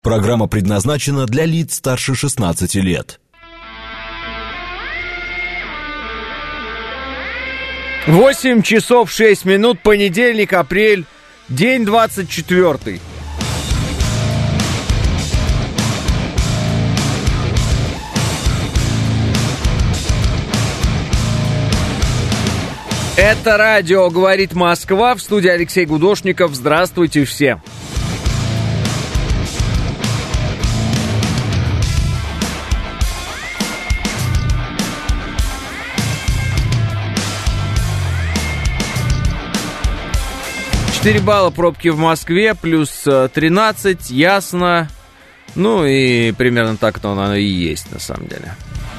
Программа предназначена для лиц старше 16 лет. 8 часов 6 минут, понедельник, апрель, день 24. Это радио «Говорит Москва», в студии Алексей Гудошников. Здравствуйте все. Четыре балла пробки в Москве, плюс 13, ясно. Ну и примерно так-то оно и есть на самом деле.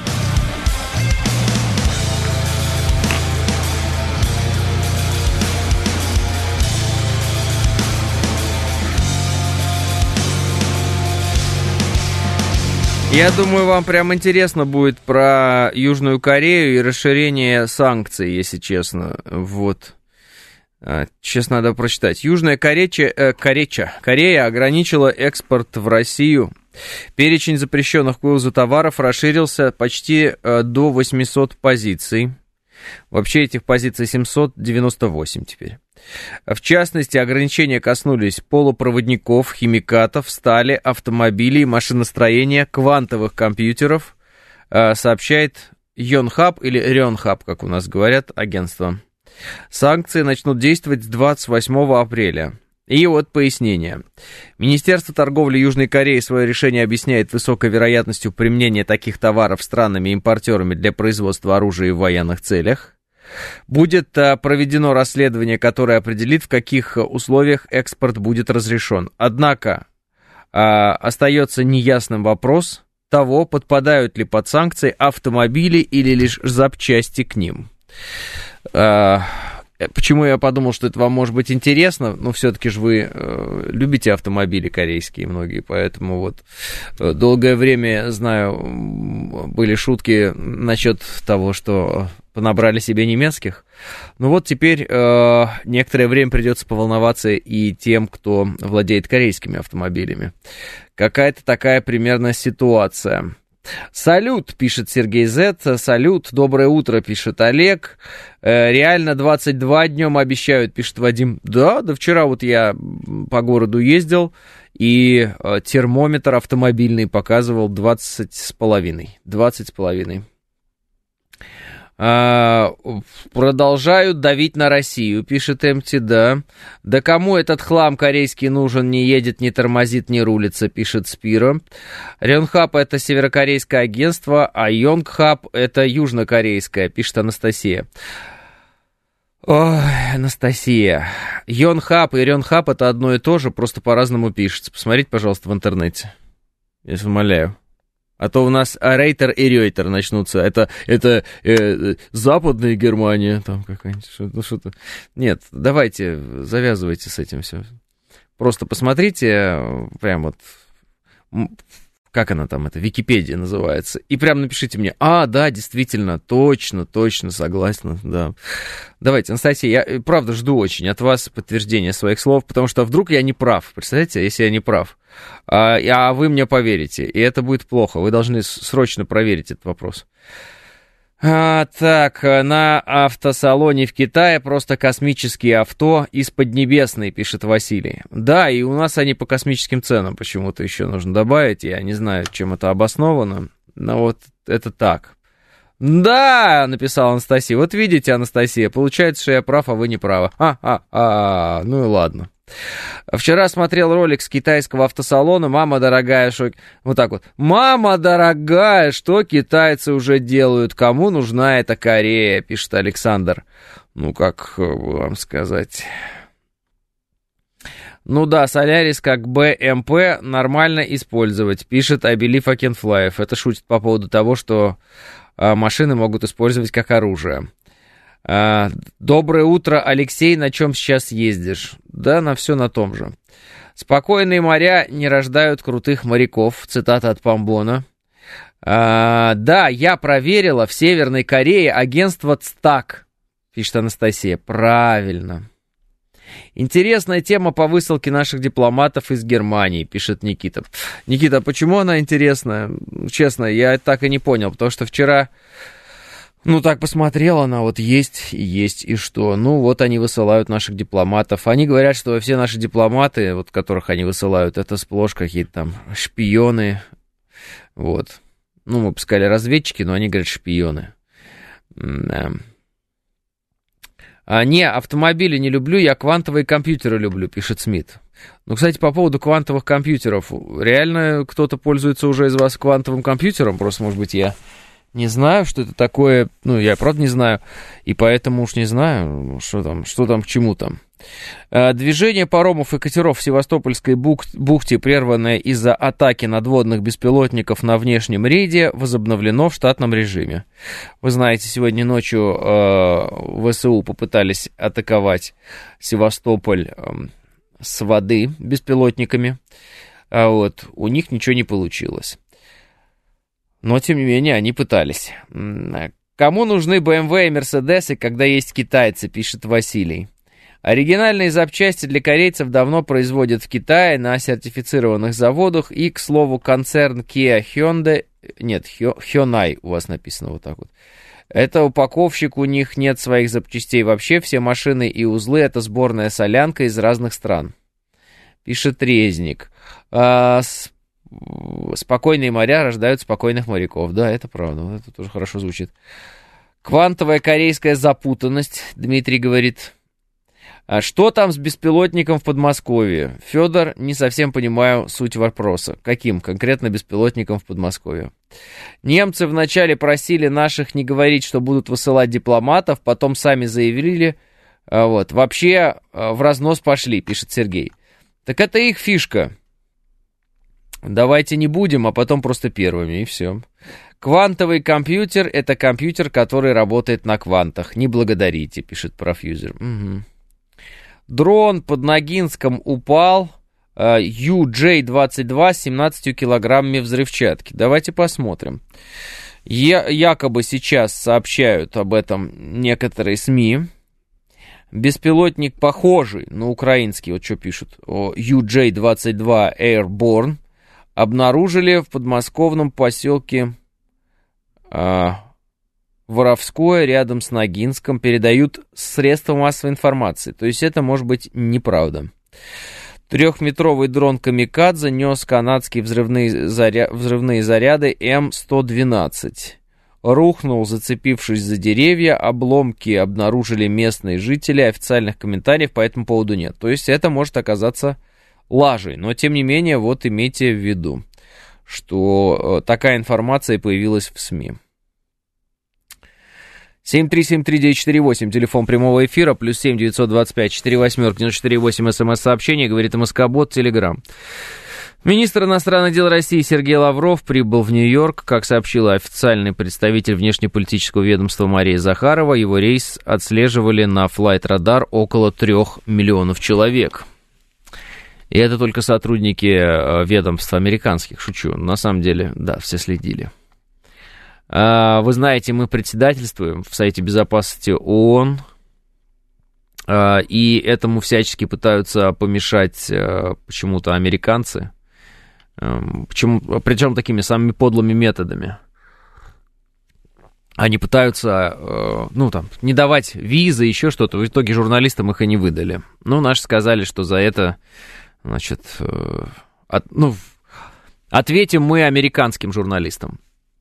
Я думаю, вам прям интересно будет про Южную Корею и расширение санкций, если честно. Вот. Сейчас надо прочитать. Южная Корея ограничила экспорт в Россию. Перечень запрещенных к вывозу товаров расширился почти до 800 позиций. Вообще этих позиций 798 теперь. В частности, ограничения коснулись полупроводников, химикатов, стали, автомобилей, машиностроения, квантовых компьютеров, сообщает Йонхап или Рёнхап, как у нас говорят, агентство. Санкции начнут действовать с 28 апреля. И вот пояснение. Министерство торговли Южной Кореи свое решение объясняет высокой вероятностью применения таких товаров странами-импортерами для производства оружия в военных целях. Будет проведено расследование, которое определит, в каких условиях экспорт будет разрешен. Однако остается неясным вопрос того, подпадают ли под санкции автомобили или лишь запчасти к ним. Почему я подумал, что это вам может быть интересно? Ну, все-таки же вы любите автомобили корейские многие, поэтому вот долгое время, знаю, были шутки насчет того, что понабрали себе немецких. Ну вот теперь некоторое время придется поволноваться и тем, кто владеет корейскими автомобилями. Какая-то такая примерно ситуация. Салют, пишет Сергей Зет. Салют, доброе утро, пишет Олег. Реально 22 днем обещают, пишет Вадим. Да вчера вот я по городу ездил, и термометр автомобильный показывал 20,5. 20,5. Продолжают давить на Россию, пишет МТ, да. Да кому этот хлам корейский нужен, не едет, не тормозит, не рулится, пишет Спиро. Рёнхап — это северокорейское агентство, а Йонгхап — это южнокорейское, пишет Анастасия. Ой, Анастасия. Йонхап и Рёнхап — это одно и то же, просто по-разному пишется. Посмотрите, пожалуйста, в интернете. Я вас умоляю. А то у нас Рейтер и Рейтер начнутся. Это Западная Германия, там какая-нибудь, что-то. Нет, давайте, завязывайте с этим все. Просто посмотрите, прям вот, как она там, это, Википедия называется, и прям напишите мне, да, действительно, точно, согласна, да. Давайте, Анастасия, я правда жду очень от вас подтверждения своих слов, потому что вдруг я не прав, представляете, если я не прав, а вы мне поверите, и это будет плохо, вы должны срочно проверить этот вопрос. Так, на автосалоне в Китае просто космические авто из Поднебесной, пишет Василий. Да, и у нас они по космическим ценам почему-то еще нужно добавить, я не знаю, чем это обосновано, но вот это так. Да, написала Анастасия, вот видите, Анастасия, получается, что я прав, а вы не правы. Ну и ладно. Вчера смотрел ролик с китайского автосалона. Мама дорогая, что... Вот так вот. Мама дорогая, что китайцы уже делают? Кому нужна эта Корея? Пишет Александр. Ну, как вам сказать... Ну да, Солярис как БМП нормально использовать, пишет I Believe I Can Fly. Это шутит по поводу того, что машины могут использовать как оружие. Доброе утро, Алексей, на чем сейчас ездишь? Да, на все на том же. Спокойные моря не рождают крутых моряков, цитата от Памбона. Да, я проверила, в Северной Корее агентство ЦТАК, пишет Анастасия. Правильно. Интересная тема по высылке наших дипломатов из Германии, пишет Никита. Никита, почему она интересная? Честно, я так и не понял, потому что вчера, так посмотрел, она вот есть, и что? Вот они высылают наших дипломатов. Они говорят, что все наши дипломаты, вот которых они высылают, это сплошь какие-то там шпионы, вот. Мы бы сказали разведчики, но они говорят шпионы. Да. Не, автомобили не люблю, я квантовые компьютеры люблю, пишет Смит. Кстати, по поводу квантовых компьютеров, реально кто-то пользуется уже из вас квантовым компьютером? Просто, может быть, я не знаю, что это такое, я правда не знаю, и поэтому уж не знаю, что там к чему там. Движение паромов и катеров в Севастопольской бухте, прерванное из-за атаки надводных беспилотников на внешнем рейде, возобновлено в штатном режиме. Вы знаете, сегодня ночью ВСУ попытались атаковать Севастополь с воды беспилотниками, у них ничего не получилось. Но, тем не менее, они пытались. Кому нужны BMW и Mercedes, когда есть китайцы, пишет Василий. Оригинальные запчасти для корейцев давно производят в Китае на сертифицированных заводах. И, к слову, концерн Kia Hyundai... Нет, Hyundai у вас написано вот так вот. Это упаковщик, у них нет своих запчастей вообще. Все машины и узлы — это сборная солянка из разных стран. Пишет Резник. Спокойные моря рождают спокойных моряков. Да, это правда, это тоже хорошо звучит. Квантовая корейская запутанность, Дмитрий говорит. А что там с беспилотником в Подмосковье? Федор, не совсем понимаю суть вопроса. Каким конкретно беспилотником в Подмосковье? Немцы вначале просили наших не говорить, что будут высылать дипломатов, потом сами заявили, вообще в разнос пошли, пишет Сергей. Так это их фишка. Давайте не будем, а потом просто первыми, и все. Квантовый компьютер — это компьютер, который работает на квантах. Не благодарите, пишет Профьюзер. Угу. Дрон под Ногинском упал, UJ-22 с 17 килограммами взрывчатки. Давайте посмотрим. Якобы сейчас сообщают об этом некоторые СМИ. Беспилотник похожий на украинский, вот что пишут, UJ-22 Airborne, обнаружили в подмосковном поселке Воровское, рядом с Ногинском, передают средства массовой информации. То есть это может быть неправда. 3-метровый дрон «Камикадзе» нес канадские взрывные заряды М112. Рухнул, зацепившись за деревья, обломки обнаружили местные жители, официальных комментариев по этому поводу нет. То есть это может оказаться лажей, но тем не менее, имейте в виду, что такая информация появилась в СМИ. 7373948, телефон прямого эфира, +7 925 48 948, смс-сообщение, говорит МСК-бот, Телеграм. Министр иностранных дел России Сергей Лавров прибыл в Нью-Йорк, как сообщила официальный представитель внешнеполитического ведомства Мария Захарова. Его рейс отслеживали на Flight Radar около 3 миллионов человек. И это только сотрудники ведомств американских, шучу. На самом деле, да, все следили. Вы знаете, мы председательствуем в Совете Безопасности ООН, и этому всячески пытаются помешать почему-то американцы, причем такими самыми подлыми методами. Они пытаются, не давать визы, еще что-то, в итоге журналистам их и не выдали. Наши сказали, что за это, ответим мы американским журналистам.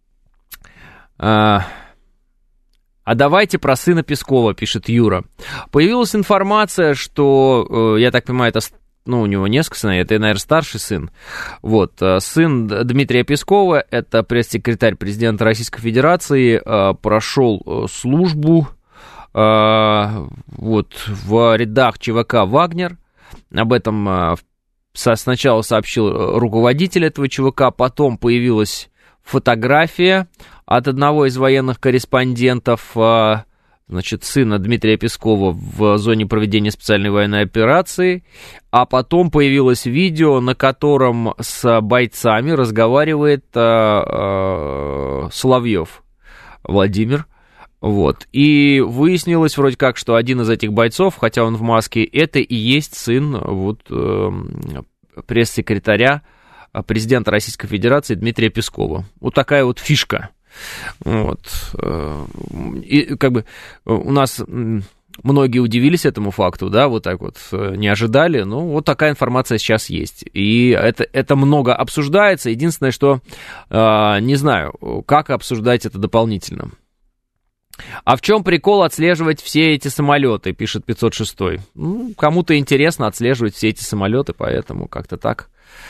А давайте про сына Пескова, пишет Юра. Появилась информация, что, я так понимаю, это, у него несколько сыновей, это, наверное, старший сын. Сын Дмитрия Пескова, это пресс-секретарь президента Российской Федерации, прошел службу в рядах ЧВК «Вагнер». Об этом сначала сообщил руководитель этого ЧВК, потом появилась фотография от одного из военных корреспондентов, сына Дмитрия Пескова в зоне проведения специальной военной операции, а потом появилось видео, на котором с бойцами разговаривает Соловьев Владимир, Вот. И выяснилось вроде как, что один из этих бойцов, хотя он в маске, это и есть сын вот, пресс-секретаря президента Российской Федерации Дмитрия Пескова. Вот такая вот фишка. Вот. И как бы у нас многие удивились этому факту, да, вот так вот не ожидали, но вот такая информация сейчас есть. И это много обсуждается. Единственное, что не знаю, как обсуждать это дополнительно. А в чем прикол отслеживать все эти самолеты, пишет 506. Ну, кому-то интересно отслеживать все эти самолеты, поэтому как-то так.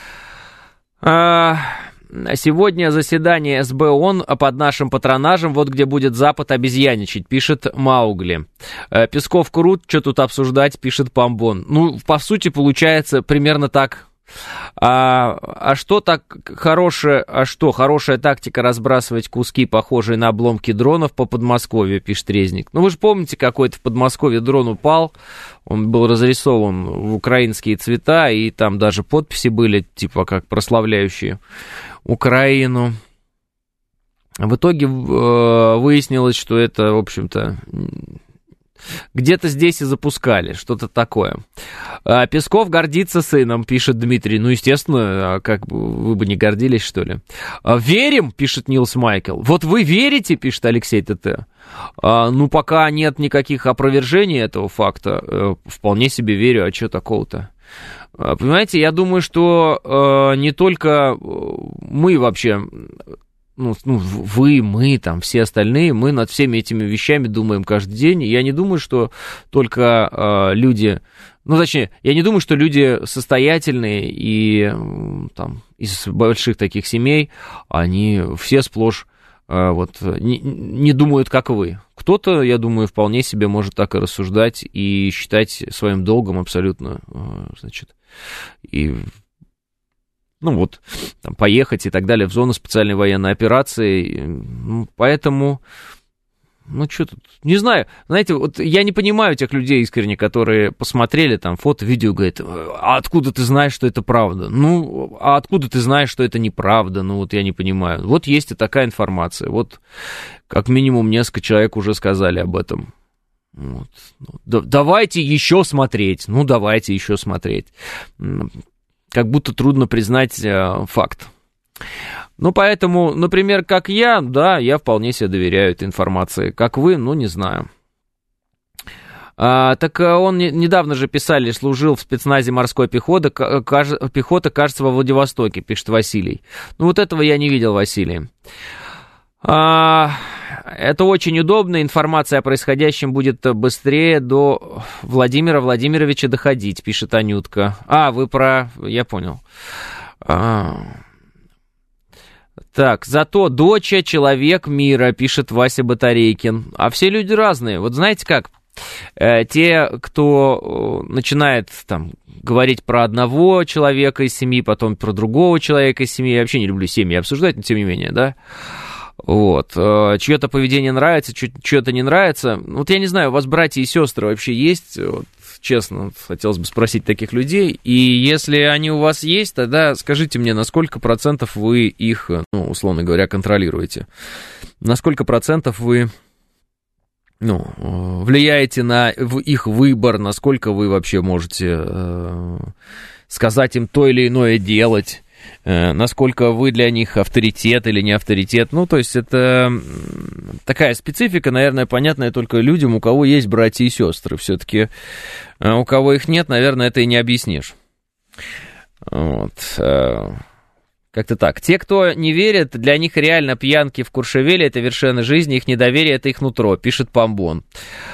Сегодня заседание СБ ООН под нашим патронажем, вот где будет Запад обезьяничать, пишет Маугли. Песков крут, что тут обсуждать, пишет Помбон. Ну, по сути, получается примерно так. Что так хорошее, хорошая тактика разбрасывать куски, похожие на обломки дронов по Подмосковью, пишет Резник. Ну, вы же помните, какой-то в Подмосковье дрон упал, он был разрисован в украинские цвета, и там даже подписи были, типа, как прославляющие Украину. В итоге выяснилось, что это, в общем-то, где-то здесь и запускали, что-то такое. Песков гордится сыном, пишет Дмитрий. Ну, естественно, как бы вы бы не гордились, что ли. Верим, пишет Нилс Майкл. Вот вы верите, пишет Алексей ТТ. Ну, пока нет никаких опровержений этого факта, вполне себе верю, а что такого-то? Понимаете, я думаю, что не только мы вообще... Ну, вы, мы, там, все остальные, мы над всеми этими вещами думаем каждый день. И я не думаю, что только люди... Ну, точнее, я не думаю, что люди состоятельные и там, из больших таких семей, они все сплошь вот, не думают, как вы. Кто-то, я думаю, вполне себе может так и рассуждать и считать своим долгом абсолютно, значит, и... Ну вот, там, поехать и так далее в зону специальной военной операции. Ну, поэтому, ну что тут, не знаю. Знаете, вот я не понимаю тех людей искренне, которые посмотрели там фото, видео, говорят, а откуда ты знаешь, что это правда? Ну, а откуда ты знаешь, что это неправда? Ну вот я не понимаю. Вот есть и такая информация. Вот как минимум несколько человек уже сказали об этом. Вот. Давайте еще смотреть. Ну, давайте еще смотреть. Как будто трудно признать факт. Ну, поэтому, например, как я, да, я вполне себе доверяю этой информации. Как вы, ну, не знаю. Так он недавно же писали, служил в спецназе морской пехоты, кажется, во Владивостоке, пишет Василий. Ну, вот этого я не видел, Василий. Это очень удобно, информация о происходящем будет быстрее до Владимира Владимировича доходить, пишет Анютка. Вы про... Я понял. Так, зато доча человек мира, пишет Вася Батарейкин. А все люди разные. Вот знаете как? Те, кто начинает там говорить про одного человека из семьи, потом про другого человека из семьи. Я вообще не люблю семьи обсуждать, но тем не менее, да? Вот, чье-то поведение нравится, чье-то не нравится. Вот я не знаю, у вас братья и сестры вообще есть? Вот, честно, хотелось бы спросить таких людей. И если они у вас есть, тогда скажите мне, на сколько процентов вы их, ну, условно говоря, контролируете? На сколько процентов вы, ну, влияете на их выбор? Насколько вы вообще можете сказать им то или иное делать? Насколько вы для них авторитет или не авторитет. Ну, то есть это такая специфика, наверное, понятная только людям, у кого есть братья и сестры. Все-таки у кого их нет, наверное, это и не объяснишь. Вот. Как-то так. Те, кто не верит, для них реально пьянки в Куршевеле — это вершина жизни, их недоверие — это их нутро, пишет Помбон.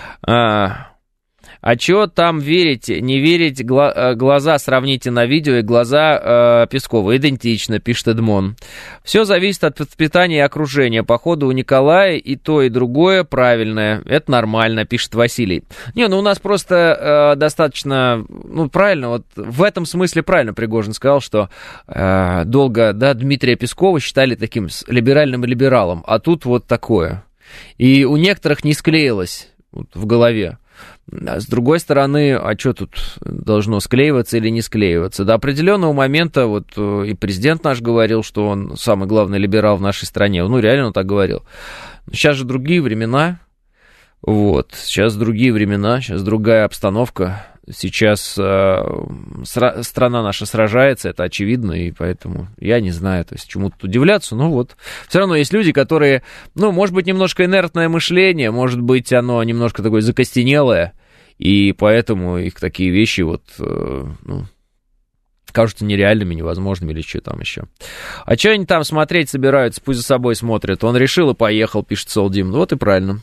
А чё там верить, не верить, глаза сравните на видео и глаза Пескова. Идентично, пишет Эдмон. Все зависит от воспитания и окружения. Походу у Николая и то, и другое правильное. Это нормально, пишет Василий. Не, ну у нас просто достаточно, ну правильно, вот в этом смысле правильно Пригожин сказал, что долго, да, Дмитрия Пескова считали таким либеральным либералом, а тут вот такое. И у некоторых не склеилось вот, в голове. С другой стороны, а что тут должно склеиваться или не склеиваться? До определенного момента, вот и президент наш говорил, что он самый главный либерал в нашей стране. Ну, реально он так говорил. Сейчас же другие времена. Вот, сейчас другие времена, сейчас другая обстановка. Сейчас страна наша сражается, это очевидно, и поэтому я не знаю, то есть чему тут удивляться, но вот все равно есть люди, которые, ну, может быть, немножко инертное мышление, может быть, оно немножко такое закостенелое, и поэтому их такие вещи вот, ну, кажутся нереальными, невозможными или что там еще. А что они там смотреть собираются, пусть за собой смотрят. Он решил и поехал, пишет Солдим. Вот и правильно.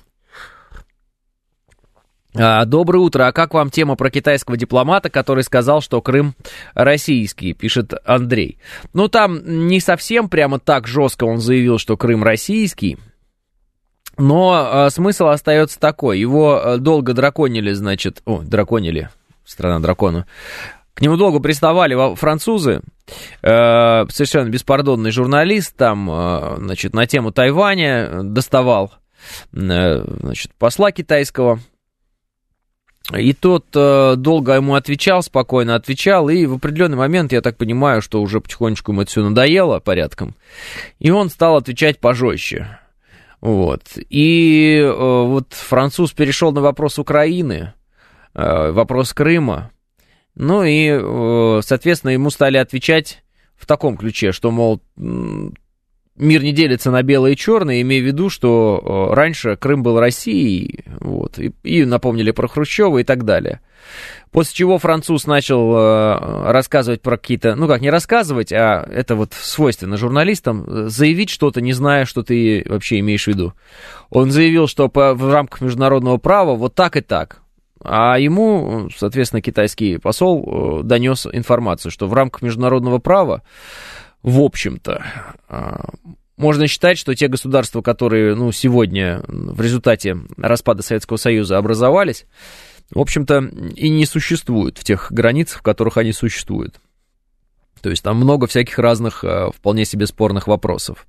Доброе утро. А как вам тема про китайского дипломата, который сказал, что Крым российский, пишет Андрей. Ну, там не совсем прямо так жестко он заявил, что Крым российский, но смысл остается такой. Его долго драконили, значит... драконили, страна дракона. К нему долго приставали французы, совершенно беспардонный журналист, там, значит, на тему Тайваня доставал, значит, посла китайского. И тот долго ему отвечал, спокойно отвечал, и в определенный момент, я так понимаю, что уже потихонечку ему это все надоело порядком, и он стал отвечать пожестче. Вот. И вот француз перешел на вопрос Украины, вопрос Крыма, ну и, соответственно, ему стали отвечать в таком ключе, что, мол, мир не делится на белое и черное, имея в виду, что раньше Крым был Россией, вот, и напомнили про Хрущева и так далее. После чего француз начал рассказывать про какие-то, ну как, не рассказывать, а это вот свойственно журналистам, заявить что-то, не зная, что ты вообще имеешь в виду. Он заявил, что в рамках международного права вот так и так. А ему, соответственно, китайский посол донес информацию, что в рамках международного права, в общем-то, можно считать, что те государства, которые, ну, сегодня в результате распада Советского Союза образовались, в общем-то, и не существуют в тех границах, в которых они существуют. То есть там много всяких разных, вполне себе спорных вопросов.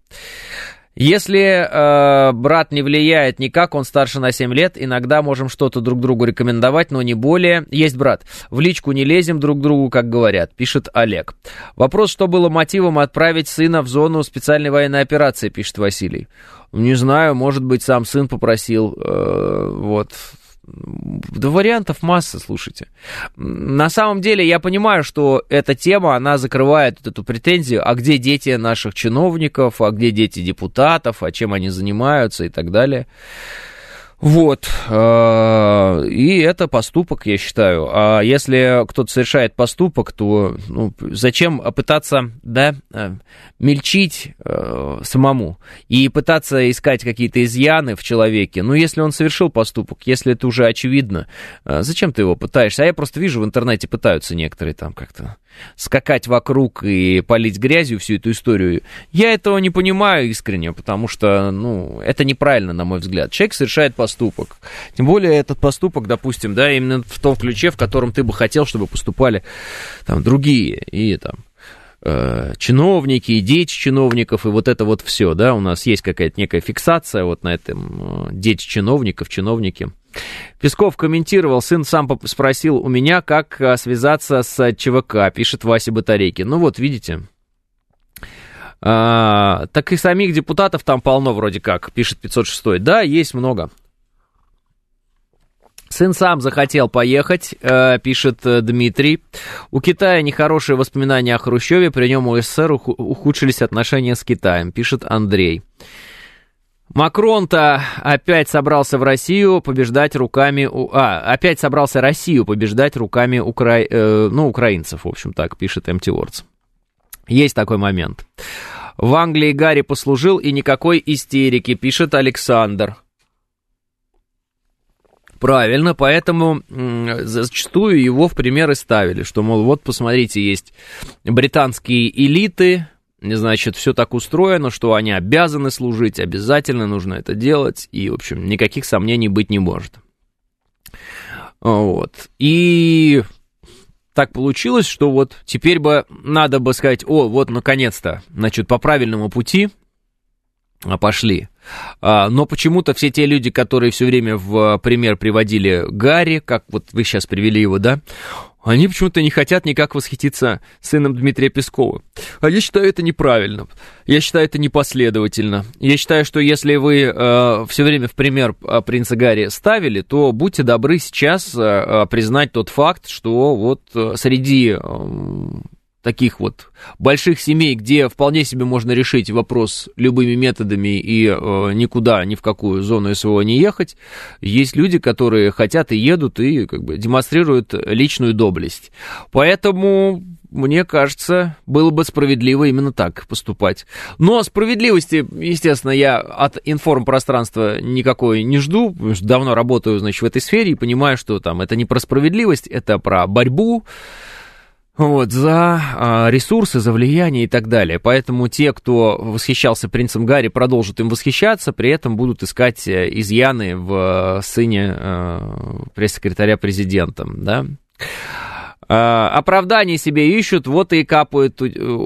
Если брат не влияет никак, он старше на 7 лет, иногда можем что-то друг другу рекомендовать, но не более. Есть брат, в личку не лезем друг к другу, как говорят, пишет Олег. Вопрос, что было мотивом отправить сына в зону специальной военной операции, пишет Василий. Не знаю, может быть, сам сын попросил, вот... Да вариантов масса, слушайте. На самом деле я понимаю, что эта тема, она закрывает вот эту претензию, а где дети наших чиновников, а где дети депутатов, а чем они занимаются и так далее. Вот, и это поступок, я считаю. А если кто-то совершает поступок, то ну, зачем пытаться, да, мельчить самому и пытаться искать какие-то изъяны в человеке? Ну, если он совершил поступок, если это уже очевидно, зачем ты его пытаешься? А я просто вижу, в интернете пытаются некоторые там как-то скакать вокруг и полить грязью всю эту историю. Я этого не понимаю искренне, потому что, ну, это неправильно, на мой взгляд. Человек совершает поступок. Тем более этот поступок, допустим, да, именно в том ключе, в котором ты бы хотел, чтобы поступали там другие, и там чиновники, и дети чиновников, и вот это вот все, да, у нас есть какая-то некая фиксация вот на этом дети чиновников, чиновники. Песков комментировал, сын сам спросил у меня, как связаться с ЧВК, пишет Вася Батарейкин. Ну вот, видите. Так и самих депутатов там полно вроде как, пишет 506. Да, есть много. Сын сам захотел поехать, пишет Дмитрий. У Китая нехорошие воспоминания о Хрущеве, при нем у СССР ухудшились отношения с Китаем, пишет Андрей. Макрон-то опять собрался в Россию побеждать руками... опять собрался Россию побеждать руками украинцев, в общем, так пишет Empty Words. Есть такой момент. В Англии Гарри послужил, и никакой истерики, пишет Александр. Правильно, поэтому зачастую его в пример и ставили, что, мол, вот, посмотрите, есть британские элиты... Значит, все так устроено, что они обязаны служить, обязательно нужно это делать, и, в общем, никаких сомнений быть не может. Вот. И так получилось, что вот теперь бы надо бы сказать, вот, наконец-то, значит, по правильному пути пошли. Но почему-то все те люди, которые все время в пример приводили Гарри, как вот вы сейчас привели его, да, они почему-то не хотят никак восхититься сыном Дмитрия Пескова. А я считаю это неправильно. Я считаю это непоследовательно. Я считаю, что если вы все время в пример принца Гарри ставили, то будьте добры сейчас признать тот факт, что вот среди таких вот больших семей, где вполне себе можно решить вопрос любыми методами и никуда, ни в какую зону СВО не ехать, есть люди, которые хотят и едут, и как бы демонстрируют личную доблесть. Поэтому, мне кажется, было бы справедливо именно так поступать. Но справедливости, естественно, я от информпространства никакой не жду, потому что давно работаю, значит, в этой сфере и понимаю, что там это не про справедливость, это про борьбу, вот, за ресурсы, за влияние и так далее. Поэтому те, кто восхищался принцем Гарри, продолжат им восхищаться, при этом будут искать изъяны в сыне пресс-секретаря президента, да. Оправдания себе ищут, вот и капают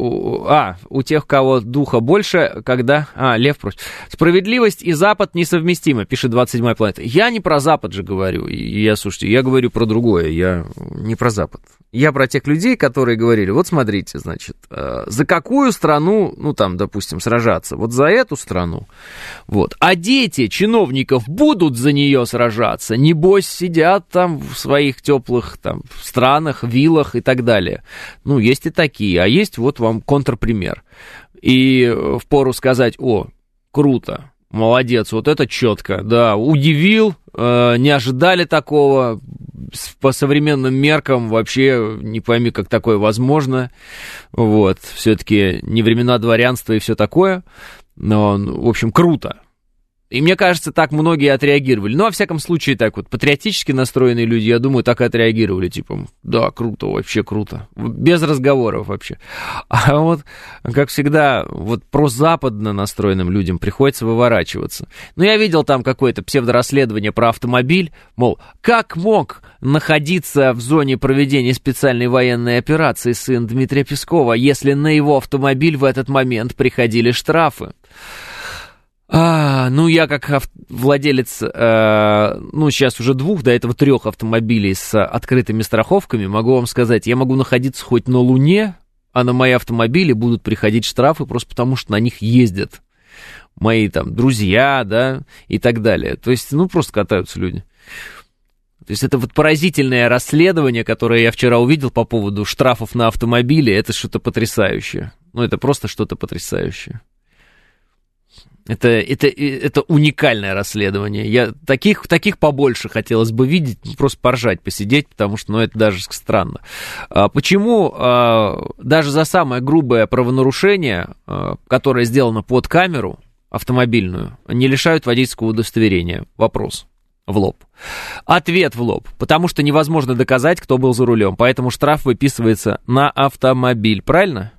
у тех, кого духа больше, когда... Лев против. Справедливость и Запад несовместимы, пишет 27-я планета. Я не про Запад же говорю, слушайте, я говорю про другое, я не про Запад. Я про тех людей, которые говорили, вот смотрите, значит, за какую страну, ну там, допустим, сражаться, вот за эту страну, вот, а дети чиновников будут за нее сражаться, небось сидят там в своих теплых там странах, виллах и так далее. Ну, есть и такие, а есть вот вам контрпример. И впору сказать, круто, молодец, вот это четко, да, удивил, не ожидали такого, по современным меркам вообще не пойми, как такое возможно, вот, все-таки не времена дворянства и все такое, но, в общем, круто. И мне кажется, так многие отреагировали. Ну, во всяком случае, так вот, патриотически настроенные люди, я думаю, так и отреагировали, типа, да, круто, вообще круто. Без разговоров вообще. А вот, как всегда, вот прозападно настроенным людям приходится выворачиваться. Ну, я видел там какое-то псевдорасследование про автомобиль, мол, как мог находиться в зоне проведения специальной военной операции сын Дмитрия Пескова, если на его автомобиль в этот момент приходили штрафы? Ну, я как владелец, сейчас уже 2, до этого 3 автомобилей с открытыми страховками, могу вам сказать, я могу находиться хоть на Луне, а на мои автомобили будут приходить штрафы просто потому, что на них ездят мои там друзья, да, и так далее. То есть, просто катаются люди. То есть это вот поразительное расследование, которое я вчера увидел по поводу штрафов на автомобили, это что-то потрясающее. Это просто что-то потрясающее. Это уникальное расследование. Таких побольше хотелось бы видеть, просто поржать, посидеть, потому что, это даже странно. Почему даже за самое грубое правонарушение, которое сделано под камеру автомобильную, не лишают водительского удостоверения? Вопрос в лоб. Ответ в лоб. Потому что невозможно доказать, кто был за рулем, поэтому штраф выписывается на автомобиль. Правильно?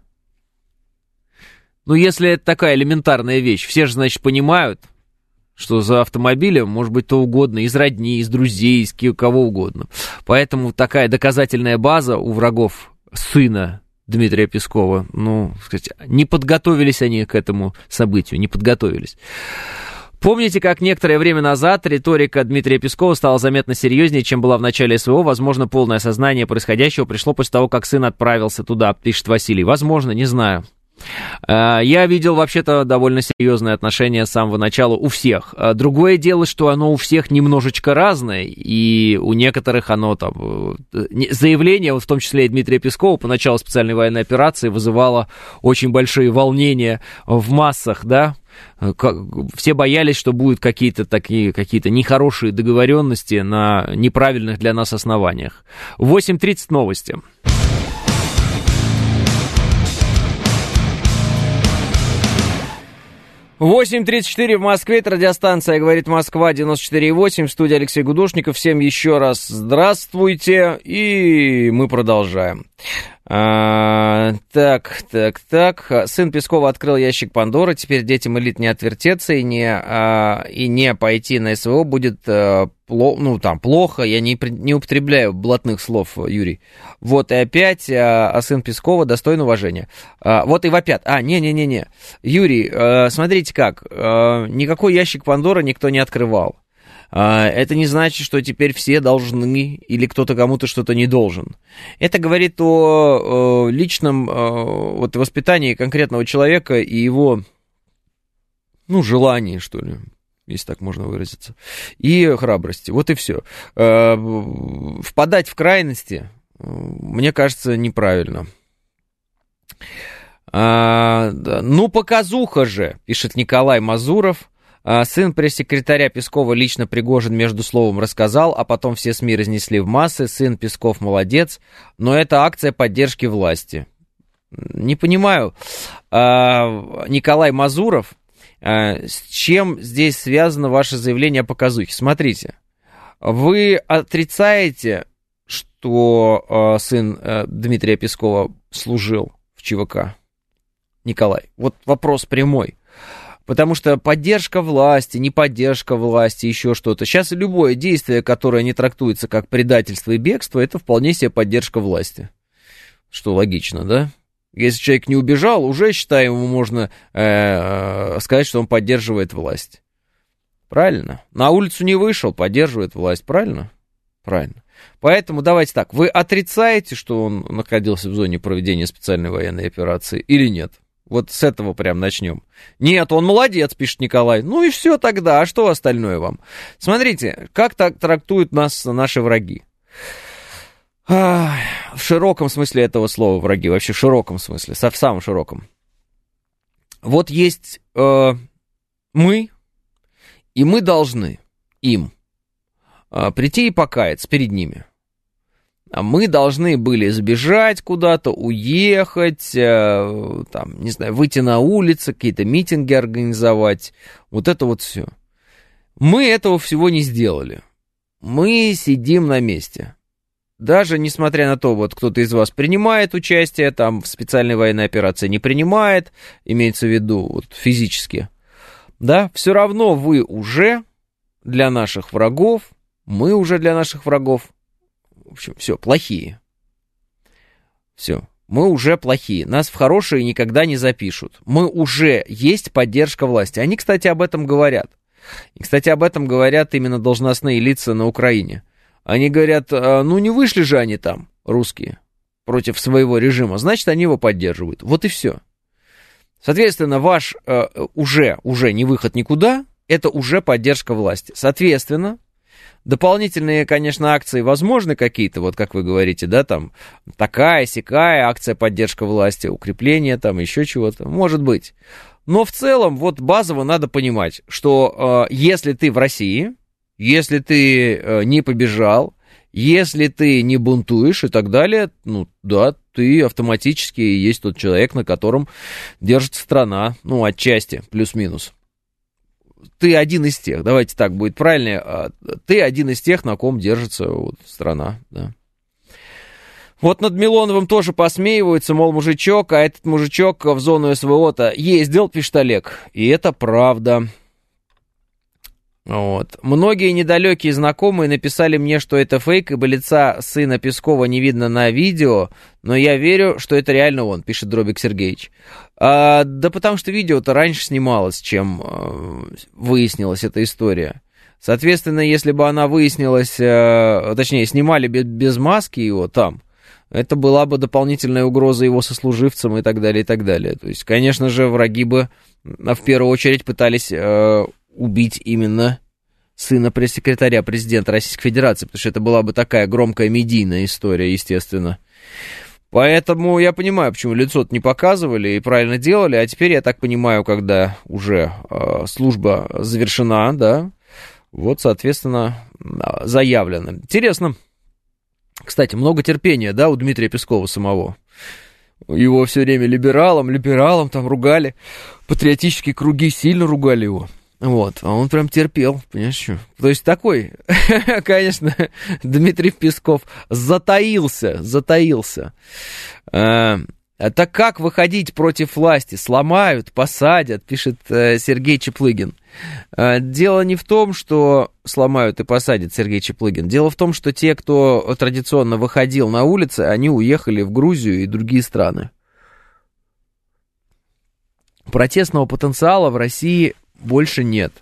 Если это такая элементарная вещь, все же, значит, понимают, что за автомобилем может быть то угодно, из родни, из друзей, из кого угодно. Поэтому такая доказательная база у врагов сына Дмитрия Пескова, не подготовились они к этому событию, не подготовились. Помните, как некоторое время назад риторика Дмитрия Пескова стала заметно серьезнее, чем была в начале СВО? Возможно, полное осознание происходящего пришло после того, как сын отправился туда, пишет Василий. Возможно, не знаю. Я видел вообще-то довольно серьезное отношение с самого начала у всех. Другое дело, что оно у всех немножечко разное, и у некоторых оно там... Заявление, в том числе и Дмитрия Пескова, по началу специальной военной операции вызывало очень большие волнения в массах, да? Все боялись, что будут какие-то нехорошие договоренности на неправильных для нас основаниях. 8:30 новости. 8:34 в Москве, это радиостанция «Говорит Москва», 94,8, в студии Алексей Гудошников. Всем еще раз здравствуйте, и мы продолжаем. Так. Сын Пескова открыл ящик Пандоры. Теперь детям элит не отвертеться и не пойти на СВО будет плохо. Я не употребляю блатных слов, Юрий. Вот и опять, сын Пескова достоин уважения. Вот и вопят. Не. Юрий, смотрите как. Никакой ящик Пандоры никто не открывал. Это не значит, что теперь все должны или кто-то кому-то что-то не должен. Это говорит о личном воспитании конкретного человека и его, желании, что ли, если так можно выразиться, и храбрости. Вот и все. Впадать в крайности, мне кажется, неправильно. Показуха же, пишет Николай Мазуров. Сын пресс-секретаря Пескова лично Пригожин между словом рассказал, а потом все СМИ разнесли в массы. Сын Песков молодец, но это акция поддержки власти. Не понимаю, Николай Мазуров, с чем здесь связано ваше заявление о показухе? Смотрите, вы отрицаете, что сын Дмитрия Пескова служил в ЧВК? Николай, вот вопрос прямой. Потому что поддержка власти, не поддержка власти, еще что-то. Сейчас любое действие, которое не трактуется как предательство и бегство, это вполне себе поддержка власти. Что логично, да? Если человек не убежал, уже, считаем, ему можно сказать, что он поддерживает власть. Правильно? На улицу не вышел, поддерживает власть. Правильно? Правильно. Поэтому давайте так. Вы отрицаете, что он находился в зоне проведения специальной военной операции или нет? Вот с этого прям начнем. Нет, он молодец, пишет Николай. Ну и все тогда, а что остальное вам? Смотрите, как так трактуют нас наши враги. В широком смысле этого слова враги, вообще в широком смысле, в самом широком. Вот есть мы, и мы должны им прийти и покаяться перед ними. Мы должны были сбежать куда-то, уехать, выйти на улицы, какие-то митинги организовать. Вот это вот все. Мы этого всего не сделали. Мы сидим на месте. Даже несмотря на то, вот кто-то из вас принимает участие в специальной военной операции, не принимает, имеется в виду физически, да, все равно вы уже для наших врагов, мы уже для наших врагов. В общем, все, плохие. Все, мы уже плохие. Нас в хорошие никогда не запишут. Мы уже есть поддержка власти. Они, кстати, об этом говорят. И, кстати, об этом говорят именно должностные лица на Украине. Они говорят, не вышли же они там, русские, против своего режима, значит, они его поддерживают. Вот и все. Соответственно, ваш уже не выход никуда, это уже поддержка власти. Соответственно, дополнительные, конечно, акции возможны какие-то, вот как вы говорите, да, там такая-сякая акция поддержка власти, укрепление, там еще чего-то, может быть. Но в целом, вот базово надо понимать, что если ты в России, если ты не побежал, если ты не бунтуешь и так далее, ты автоматически есть тот человек, на котором держится страна, отчасти, плюс-минус. Ты один из тех, давайте так будет правильнее, ты один из тех, на ком держится страна, да. Вот над Милоновым тоже посмеиваются, мол, мужичок, а этот мужичок в зону СВО-то ездил, пишет Олег, и это правда. Вот. Многие недалекие знакомые написали мне, что это фейк, ибо лица сына Пескова не видно на видео, но я верю, что это реально он, пишет Дробик Сергеевич. Да потому что видео-то раньше снималось, чем выяснилась эта история. Соответственно, если бы она выяснилась, точнее, снимали без маски его там, это была бы дополнительная угроза его сослуживцам и так далее, и так далее. То есть, конечно же, враги бы в первую очередь пытались убить именно сына пресс-секретаря президента Российской Федерации, потому что это была бы такая громкая медийная история, естественно. Поэтому я понимаю, почему лицо-то не показывали и правильно делали, а теперь, я так понимаю, когда уже служба завершена, да, вот, соответственно, заявлено. Интересно, кстати, много терпения, да, у Дмитрия Пескова самого. Его все время либералом там ругали, патриотические круги сильно ругали его. Вот, а он прям терпел, понимаешь, что? То есть такой, конечно, Дмитрий Песков затаился. Так как выходить против власти? Сломают, посадят, пишет Сергей Чаплыгин. Дело не в том, что сломают и посадят, Сергей Чаплыгин. Дело в том, что те, кто традиционно выходил на улицы, они уехали в Грузию и другие страны. Протестного потенциала в России больше нет.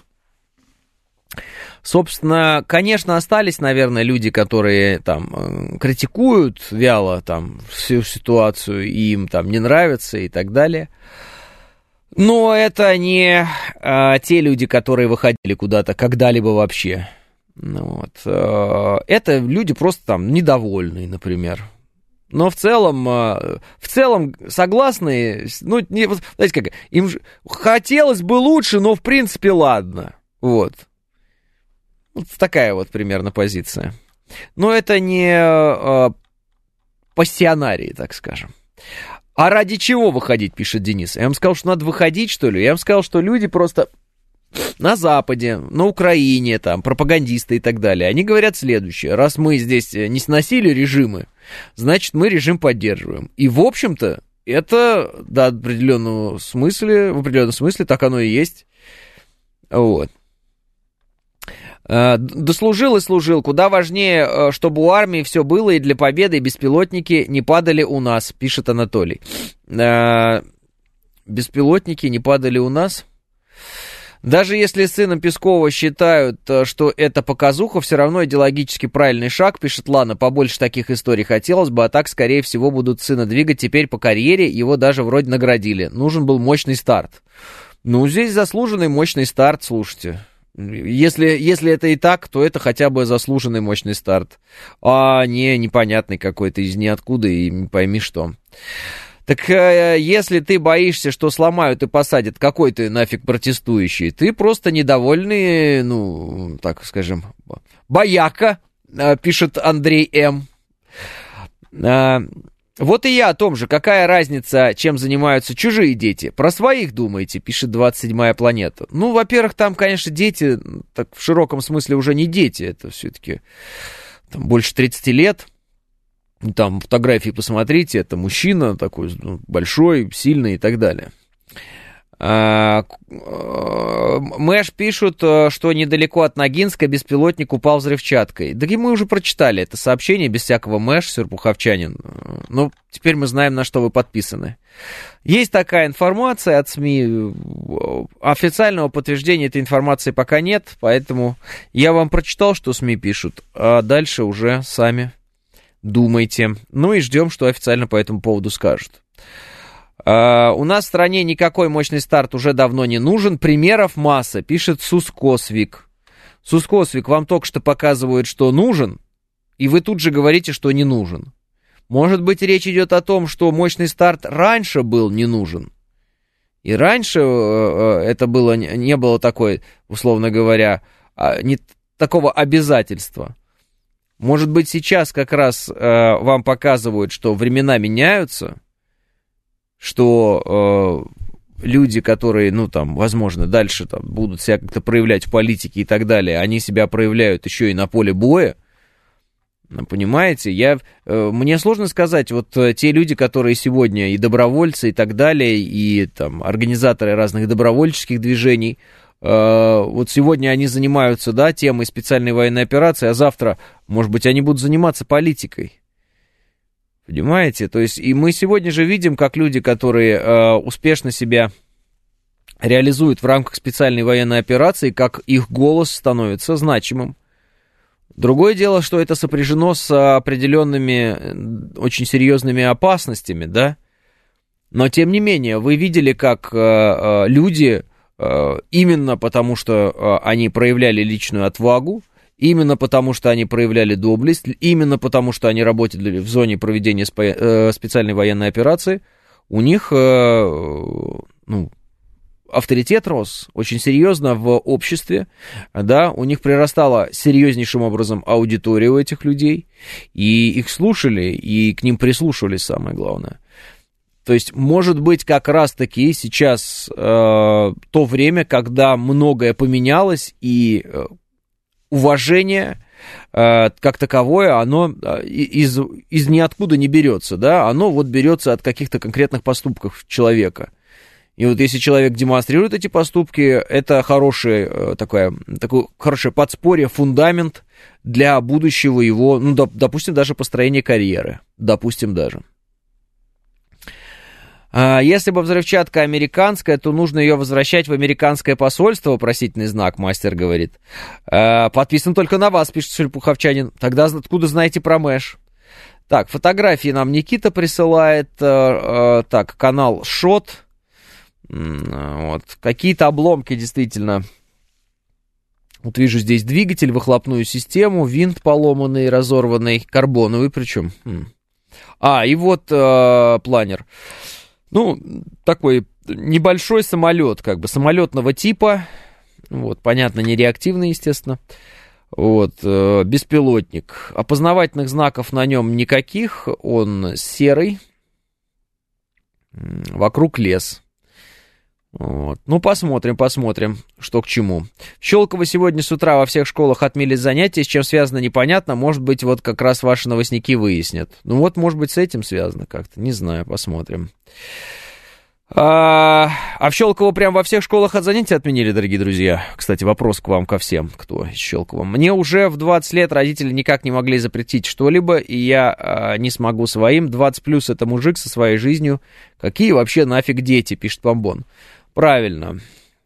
Собственно, конечно, остались, наверное, люди, которые там критикуют вяло там всю ситуацию, и им там не нравится и так далее. Но это не те люди, которые выходили куда-то когда-либо вообще. Вот. Это люди просто там недовольные, например. Но в целом согласны, ну, не, знаете как, им хотелось бы лучше, но в принципе ладно, вот такая вот примерно позиция. Но это не пассионарии, так скажем. А ради чего выходить, пишет Денис? Я вам сказал, что надо выходить, что ли? Я вам сказал, что люди просто на Западе, на Украине, там, пропагандисты и так далее, они говорят следующее: раз мы здесь не сносили режимы, значит, мы режим поддерживаем. И, в общем-то, это в определенном смысле так оно и есть. Вот. Дослужил и служил. Куда важнее, чтобы у армии все было, и для победы, и беспилотники не падали у нас, пишет Анатолий. Беспилотники не падали у нас? Даже если сына Пескова считают, что это показуха, все равно идеологически правильный шаг, пишет Лана. Побольше таких историй хотелось бы, а так, скорее всего, будут сына двигать теперь по карьере, его даже вроде наградили. Нужен был мощный старт. Ну, здесь заслуженный мощный старт, слушайте. Если это и так, то это хотя бы заслуженный мощный старт, а не непонятный какой-то из ниоткуда и не пойми что. Так если ты боишься, что сломают и посадят, какой ты нафиг протестующий? Ты просто недовольный, ну, так скажем, бояка, пишет Андрей М. Вот и я о том же. Какая разница, чем занимаются чужие дети? Про своих думаете, пишет 27-я планета. Ну, во-первых, там, конечно, дети, так в широком смысле уже не дети, это все-таки там больше 30 лет. Там фотографии посмотрите, это мужчина такой большой, сильный и так далее. Мэш пишут, что недалеко от Ногинска беспилотник упал взрывчаткой. Да и мы уже прочитали это сообщение без всякого Мэш, Серпуховчанин. Ну, теперь мы знаем, на что вы подписаны. Есть такая информация от СМИ. Официального подтверждения этой информации пока нет, поэтому я вам прочитал, что СМИ пишут, а дальше уже сами думайте. Ну и ждем, что официально по этому поводу скажут. У нас в стране никакой мощный старт уже давно не нужен. Примеров масса, пишет Сускосвик. Сускосвик, вам только что показывают, что нужен, и вы тут же говорите, что не нужен. Может быть, речь идет о том, что мощный старт раньше был не нужен. И раньше это было, не было такой, условно говоря, не такого обязательства. Может быть, сейчас как раз вам показывают, что времена меняются, что люди, которые, ну, там, возможно, дальше там, будут себя как-то проявлять в политике и так далее, они себя проявляют еще и на поле боя. Понимаете, мне сложно сказать, вот те люди, которые сегодня и добровольцы и так далее, и там организаторы разных добровольческих движений, вот сегодня они занимаются, да, темой специальной военной операции, а завтра, может быть, они будут заниматься политикой. Понимаете? То есть, и мы сегодня же видим, как люди, которые успешно себя реализуют в рамках специальной военной операции, как их голос становится значимым. Другое дело, что это сопряжено с определенными очень серьезными опасностями, да? Но, тем не менее, вы видели, как люди, именно потому что они проявляли личную отвагу, именно потому, что они проявляли доблесть, именно потому, что они работали в зоне проведения специальной военной операции, у них авторитет рос очень серьезно в обществе, да, у них прирастала серьезнейшим образом аудитория у этих людей, и их слушали, и к ним прислушивались, самое главное. То есть, может быть, как раз-таки сейчас то время, когда многое поменялось, и уважение как таковое, оно из ниоткуда не берется, да, оно вот берется от каких-то конкретных поступков человека. И вот если человек демонстрирует эти поступки, это хорошее такое хорошее подспорье, фундамент для будущего его, ну, допустим, даже построения карьеры, допустим, даже. Если бы взрывчатка американская, то нужно ее возвращать в американское посольство, вопросительный знак, мастер говорит. Подписан только на вас, пишет Шельпуховчанин. Тогда откуда знаете про Мэш? Так, фотографии нам Никита присылает. Так, канал Шот. Вот. Какие-то обломки, действительно. Вот вижу здесь двигатель, выхлопную систему, винт поломанный, разорванный, карбоновый причем. И вот планер. Ну, такой небольшой самолет, как бы самолетного типа. Вот, понятно, нереактивный, естественно. Вот, беспилотник. Опознавательных знаков на нем никаких. Он серый. Вокруг лес. Вот. Ну, посмотрим, что к чему. В Щелково сегодня с утра во всех школах отменили занятия, с чем связано непонятно, может быть, вот как раз ваши новостники выяснят. Ну вот, может быть, с этим связано как-то, не знаю, посмотрим. А в Щелково прям во всех школах от занятий отменили, дорогие друзья. Кстати, вопрос к вам, ко всем, кто из Щелкова. Мне уже в 20 лет родители никак не могли запретить что-либо, и я не смогу своим. 20 плюс это мужик со своей жизнью. Какие вообще нафиг дети, пишет Помбон. Правильно.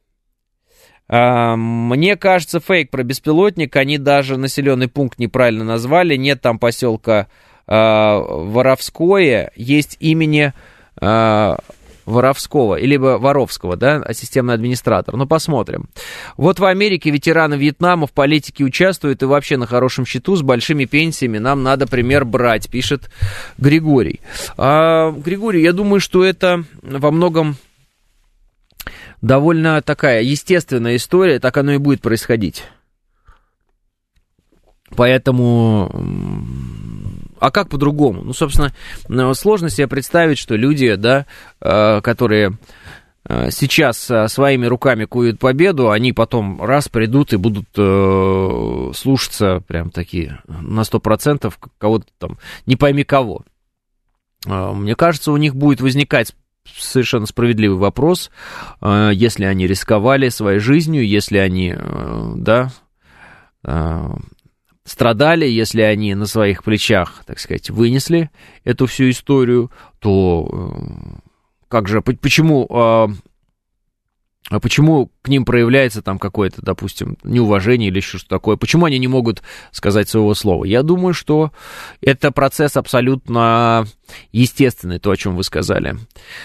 Мне кажется, фейк про беспилотник. Они даже населенный пункт неправильно назвали. Нет там поселка Воровское. Есть имени Воровского, либо Воровского, да, системный администратор. Ну, посмотрим. Вот в Америке ветераны Вьетнама в политике участвуют и вообще на хорошем счету, с большими пенсиями. Нам надо пример брать, пишет Григорий. Григорий, я думаю, что это во многом довольно такая естественная история, так оно и будет происходить. Поэтому... А как по-другому? Ну, собственно, сложно себе представить, что люди, да, которые сейчас своими руками куют победу, они потом раз придут и будут слушаться прям такие на 100% кого-то там, не пойми кого. Мне кажется, у них будет возникать совершенно справедливый вопрос, если они рисковали своей жизнью, если они, да, страдали, если они на своих плечах, так сказать, вынесли эту всю историю, то как же, почему к ним проявляется там какое-то, допустим, неуважение или еще что-то такое? Почему они не могут сказать своего слова? Я думаю, что это процесс абсолютно естественный, то, о чем вы сказали.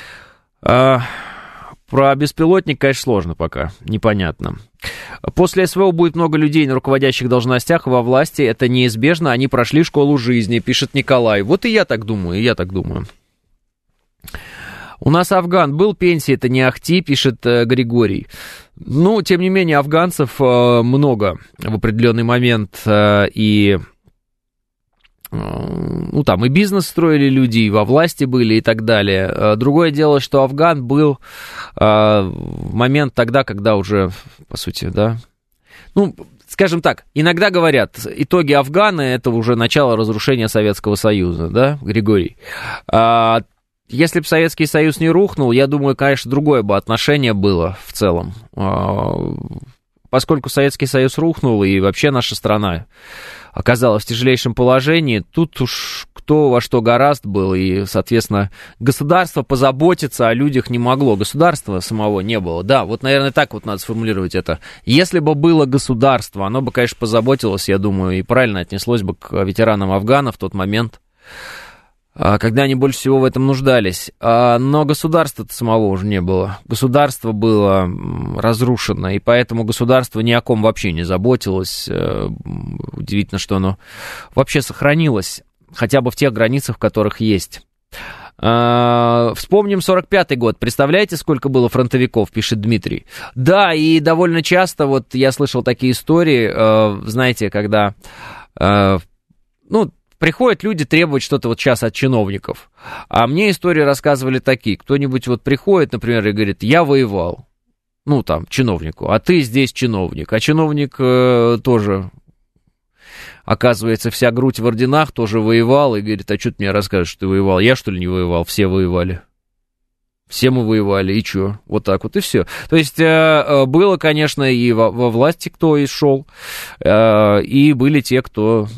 Про беспилотник, конечно, сложно пока, непонятно. После СВО будет много людей на руководящих должностях во власти, это неизбежно, они прошли школу жизни, пишет Николай. Вот и я так думаю, У нас афган был, пенсии это не ахти, пишет Григорий. Ну, тем не менее, афганцев много в определенный момент, и... Ну, там и бизнес строили люди, и во власти были, и так далее. Другое дело, что Афган был в момент тогда, когда уже, по сути, да... Ну, скажем так, иногда говорят, итоги Афгана — это уже начало разрушения Советского Союза, да, Григорий? Если бы Советский Союз не рухнул, я думаю, конечно, другое бы отношение было в целом. Поскольку Советский Союз рухнул, и вообще наша страна оказалась в тяжелейшем положении, тут уж кто во что горазд был, и, соответственно, государство позаботиться о людях не могло, государства самого не было. Да, вот, наверное, так вот надо сформулировать это. Если бы было государство, оно бы, конечно, позаботилось, я думаю, и правильно отнеслось бы к ветеранам Афгана в тот момент, когда они больше всего в этом нуждались. Но государства-то самого уже не было. Государство было разрушено, и поэтому государство ни о ком вообще не заботилось. Удивительно, что оно вообще сохранилось, хотя бы в тех границах, в которых есть. Вспомним 45-й год. Представляете, сколько было фронтовиков, пишет Дмитрий. Да, и довольно часто вот я слышал такие истории, знаете, когда... приходят люди требовать что-то вот сейчас от чиновников. А мне истории рассказывали такие. Кто-нибудь вот приходит, например, и говорит, я воевал. Ну, там, чиновнику. А ты здесь чиновник. А чиновник тоже, оказывается, вся грудь в орденах, тоже воевал. И говорит, а что ты мне расскажешь, что ты воевал? Я, что ли, не воевал? Все воевали. Все мы воевали, и чё? Вот так вот, и все. То есть было, конечно, и во власти кто и шел, и были те, кто,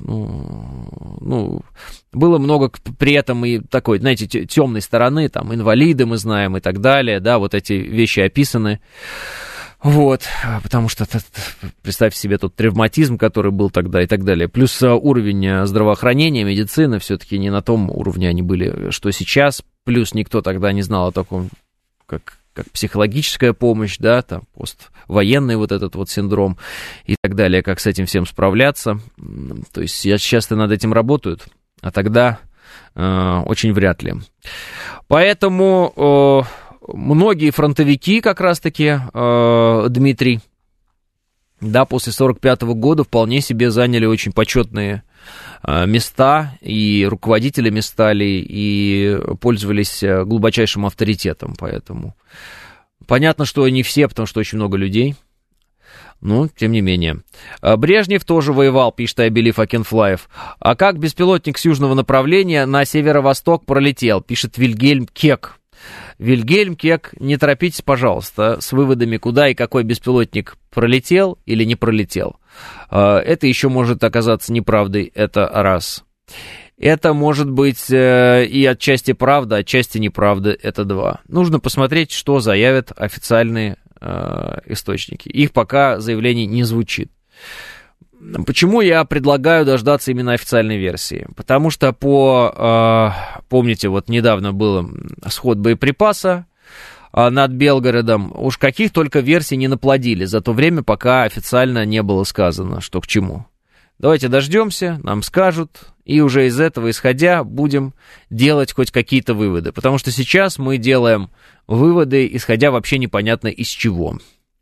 было много при этом и такой, знаете, темной стороны, там, инвалиды мы знаем и так далее, да, вот эти вещи описаны. Вот, потому что, представьте себе тот травматизм, который был тогда и так далее. Плюс уровень здравоохранения, медицины все-таки не на том уровне они были, что сейчас. Плюс никто тогда не знал о таком, как психологическая помощь, да, там, поствоенный вот этот вот синдром и так далее, как с этим всем справляться. То есть сейчас над этим работают, а тогда очень вряд ли. Поэтому многие фронтовики как раз-таки, Дмитрий, да, после 1945 года вполне себе заняли очень почетные места, и руководителями стали, и пользовались глубочайшим авторитетом, поэтому понятно, что не все, потому что очень много людей, но тем не менее. Брежнев тоже воевал, пишет I Believe I Can Fly. А как беспилотник с южного направления на северо-восток пролетел, пишет Вильгельм Кек. Вильгельм Кек, не торопитесь, пожалуйста, с выводами, куда и какой беспилотник пролетел или не пролетел. Это еще может оказаться неправдой, это раз. Это может быть и отчасти правда, отчасти неправда, это два. Нужно посмотреть, что заявят официальные источники. Их пока заявлений не звучит. Почему я предлагаю дождаться именно официальной версии? Потому что помните, вот недавно был сход боеприпаса над Белгородом. Уж каких только версий не наплодили за то время, пока официально не было сказано, что к чему. Давайте дождемся, нам скажут, и уже из этого исходя будем делать хоть какие-то выводы. Потому что сейчас мы делаем выводы, исходя вообще непонятно из чего.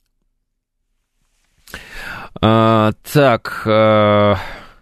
Так, по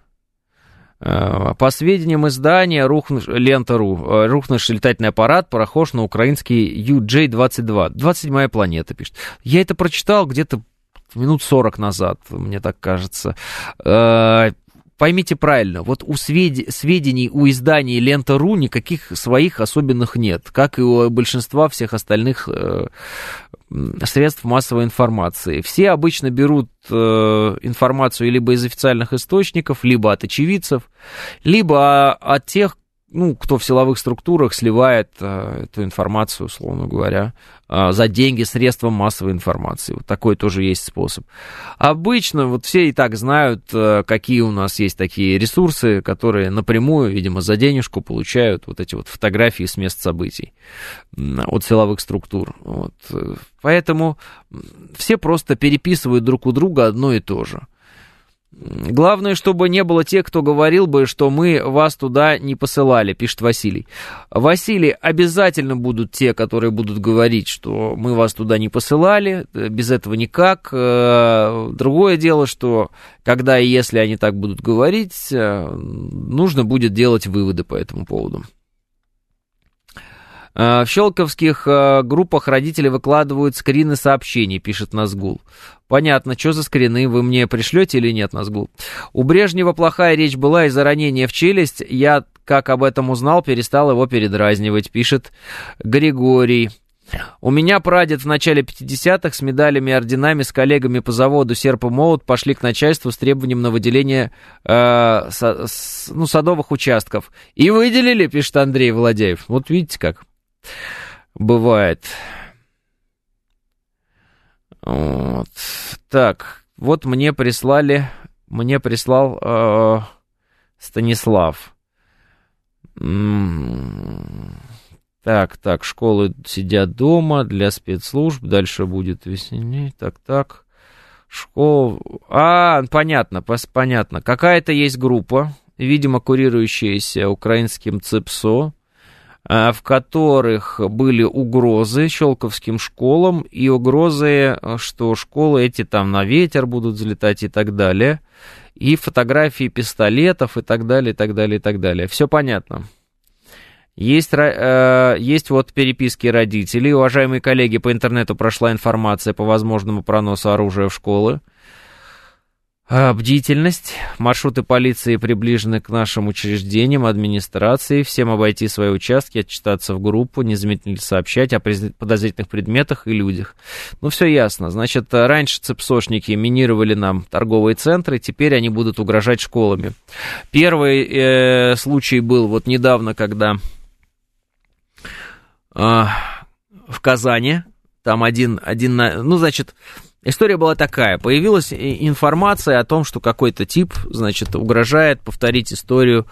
сведениям издания Лента.ру, рухнувший летательный аппарат похож на украинский UJ-22, 27-я планета, пишет. Я это прочитал где-то минут 40 назад, мне так кажется. Поймите правильно, вот у сведений у изданий Лента.ру никаких своих особенных нет, как и у большинства всех остальных средств массовой информации. Все обычно берут информацию либо из официальных источников, либо от очевидцев, либо от тех, кто в силовых структурах сливает эту информацию, условно говоря, за деньги средством массовой информации. Вот такой тоже есть способ. Обычно вот все и так знают, какие у нас есть такие ресурсы, которые напрямую, видимо, за денежку получают вот эти вот фотографии с мест событий от силовых структур. Вот. Поэтому все просто переписывают друг у друга одно и то же. Главное, чтобы не было тех, кто говорил бы, что мы вас туда не посылали, пишет Василий. Василий, обязательно будут те, которые будут говорить, что мы вас туда не посылали, без этого никак. Другое дело, что когда и если они так будут говорить, нужно будет делать выводы по этому поводу. В щелковских группах родители выкладывают скрины сообщений, пишет Назгул. Понятно, что за скрины, вы мне пришлете или нет, Назгул? У Брежнева плохая речь была из-за ранения в челюсть. Я, как об этом узнал, перестал его передразнивать, пишет Григорий. У меня прадед в начале 50-х с медалями и орденами с коллегами по заводу «Серп и молот» пошли к начальству с требованием на выделение садовых участков. И выделили, пишет Андрей Владяев. Вот видите как бывает. Вот. Так, вот мне прислал Станислав. Так, школы сидят дома для спецслужб, дальше будет веселее, так. Школа... понятно. Какая-то есть группа, видимо, курирующаяся украинским ЦИПСО, в которых были угрозы щелковским школам и угрозы, что школы эти там на ветер будут взлетать и так далее, и фотографии пистолетов и так далее, и так далее, и так далее. Все понятно. Есть вот переписки родителей. Уважаемые коллеги, по интернету прошла информация по возможному проносу оружия в школы. Бдительность. Маршруты полиции приближены к нашим учреждениям, администрации. Всем обойти свои участки, отчитаться в группу, незамедлительно сообщать о подозрительных предметах и людях. Ну, все ясно. Значит, раньше цепсошники минировали нам торговые центры, теперь они будут угрожать школами. Первый случай был вот недавно, когда в Казани, там история была такая. Появилась информация о том, что какой-то тип, значит, угрожает повторить историю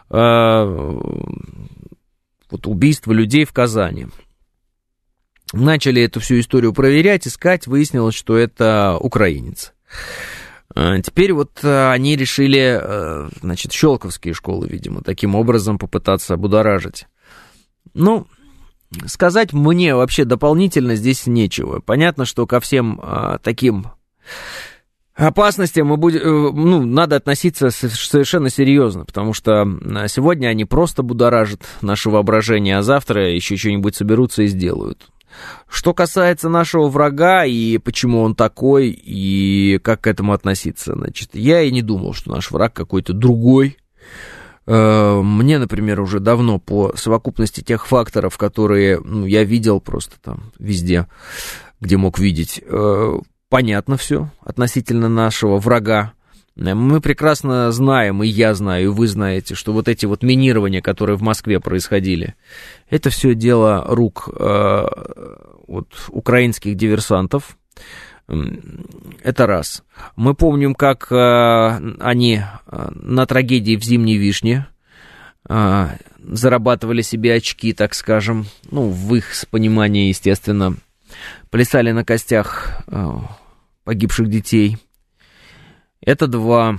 убийства людей в Казани. Начали эту всю историю проверять, искать, выяснилось, что это украинец. Теперь вот они решили, значит, щелковские школы, видимо, таким образом попытаться обудоражить. Ну, сказать мне вообще дополнительно здесь нечего. Понятно, что ко всем таким опасностям надо относиться совершенно серьезно, потому что сегодня они просто будоражат наше воображение, а завтра еще что-нибудь соберутся и сделают. Что касается нашего врага и почему он такой, и как к этому относиться, значит, я и не думал, что наш враг какой-то другой. Мне, например, уже давно по совокупности тех факторов, которые я видел просто там везде, где мог видеть, понятно все относительно нашего врага. Мы прекрасно знаем, и я знаю, и вы знаете, что вот эти вот минирования, которые в Москве происходили, это все дело рук украинских диверсантов. Это раз. Мы помним, как они на трагедии в Зимней Вишне зарабатывали себе очки, так скажем, в их понимании, естественно, плясали на костях погибших детей. Это два.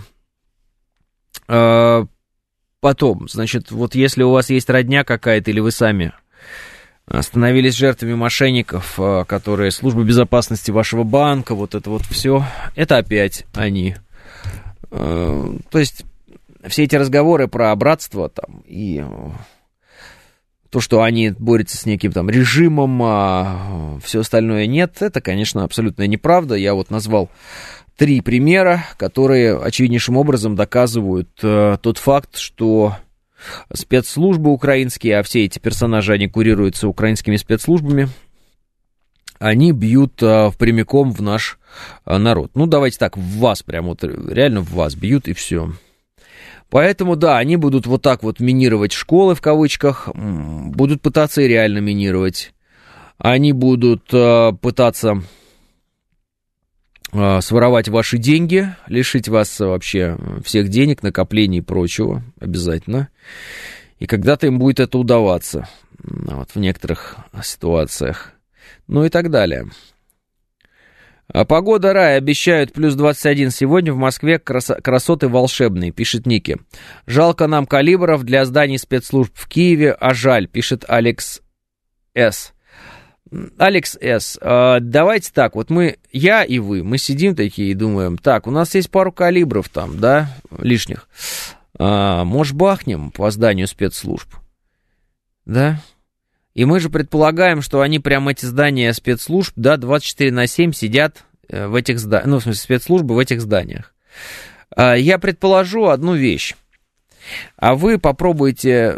Потом, значит, вот если у вас есть родня какая-то, или вы сами становились жертвами мошенников, которые служба безопасности вашего банка, вот это вот все, это опять они. То есть все эти разговоры про братство там и то, что они борются с неким там режимом, а все остальное нет, это, конечно, абсолютная неправда. Я вот назвал 3 примера, которые очевиднейшим образом доказывают тот факт, что спецслужбы украинские, а все эти персонажи, они курируются украинскими спецслужбами, они бьют прямиком в наш народ. Ну, давайте так, в вас прям вот, реально в вас бьют и все. Поэтому, да, они будут вот так вот минировать школы, в кавычках, будут пытаться и реально минировать. Они будут пытаться своровать ваши деньги, лишить вас вообще всех денег, накоплений и прочего, обязательно. И когда-то им будет это удаваться, вот в некоторых ситуациях, ну и так далее. Погода рай, обещают плюс 21 сегодня в Москве, красоты волшебные, пишет Ники. Жалко нам калибров для зданий спецслужб в Киеве, а жаль, пишет Алекс С. Алекс С., давайте так, вот я и вы, мы сидим такие и думаем, так, у нас есть пару калибров там, да, лишних, может, бахнем по зданию спецслужб, да, и мы же предполагаем, что они прям эти здания спецслужб, да, 24/7 сидят в этих зданиях, ну, в смысле, спецслужбы в этих зданиях. Я предположу одну вещь, а вы попробуйте,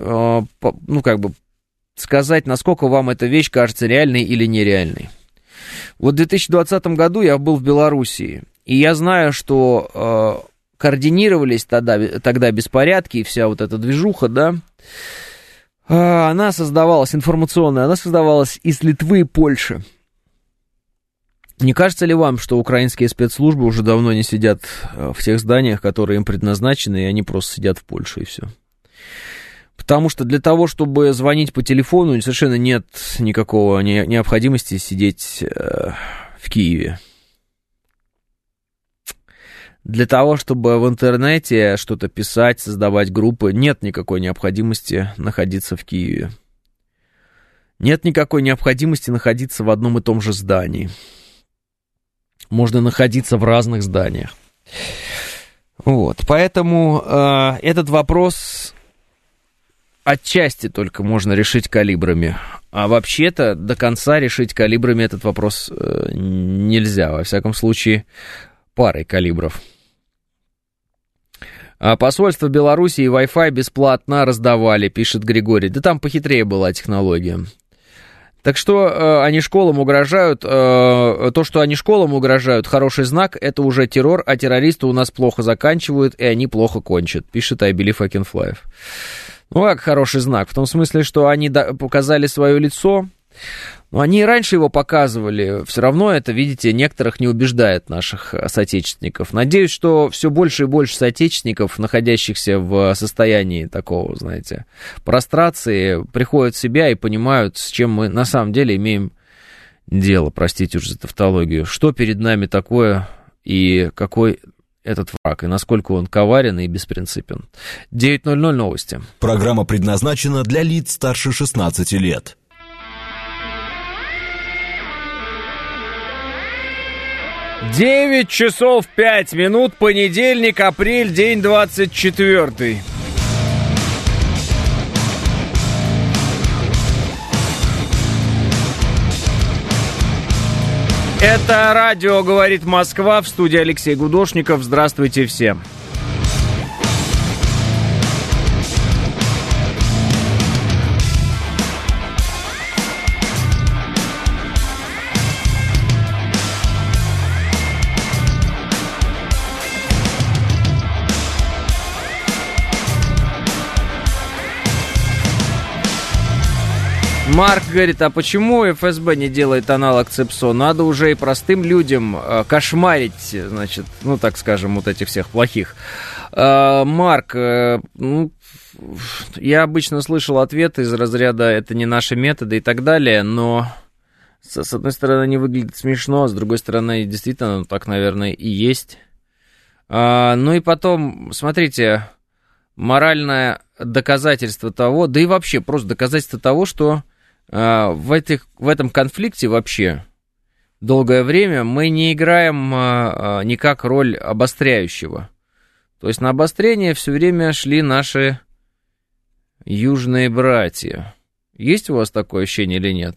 сказать, насколько вам эта вещь кажется реальной или нереальной. Вот в 2020 году я был в Белоруссии, и я знаю, что координировались тогда беспорядки и вся вот эта движуха, да, она создавалась, информационная, она создавалась из Литвы и Польши. Не кажется ли вам, что украинские спецслужбы уже давно не сидят в тех зданиях, которые им предназначены, и они просто сидят в Польше, и все? Потому что для того, чтобы звонить по телефону, совершенно нет никакого необходимости сидеть в Киеве. Для того, чтобы в интернете что-то писать, создавать группы, нет никакой необходимости находиться в Киеве. Нет никакой необходимости находиться в одном и том же здании. Можно находиться в разных зданиях. Вот, поэтому этот вопрос отчасти только можно решить калибрами. А вообще-то до конца решить калибрами этот вопрос нельзя. Во всяком случае, парой калибров. Посольство Белоруссии Wi-Fi бесплатно раздавали, пишет Григорий. Да там похитрее была технология. Так что они школам угрожают, то, что они школам угрожают, хороший знак, это уже террор, а террористы у нас плохо заканчивают, и они плохо кончат, пишет I Believe I Can Fly. Ну, как хороший знак? В том смысле, что они показали свое лицо, но они и раньше его показывали, все равно это, видите, некоторых не убеждает, наших соотечественников. Надеюсь, что все больше и больше соотечественников, находящихся в состоянии такого, знаете, прострации, приходят в себя и понимают, с чем мы на самом деле имеем дело, простите уж за тавтологию, что перед нами такое и какой этот враг, и насколько он коварен и беспринципен. 9:00 новости. Программа предназначена для лиц старше 16 лет. 9 часов 5 минут, понедельник, апрель, день 24. Это радио «Говорит Москва», в студии Алексей Гудошников. Здравствуйте всем. Марк говорит, а почему ФСБ не делает аналог ЦИПСО? Надо уже и простым людям кошмарить, значит, ну, так скажем, вот этих всех плохих. Марк, ну, я обычно слышал ответы из разряда «это не наши методы» и так далее, но с одной стороны не выглядит смешно, а с другой стороны действительно ну, так, наверное, и есть. Ну и потом, смотрите, моральное доказательство того, да и вообще просто доказательство того, что в этом конфликте вообще долгое время мы не играем никак роль обостряющего. То есть на обострение все время шли наши южные братья. Есть у вас такое ощущение или нет?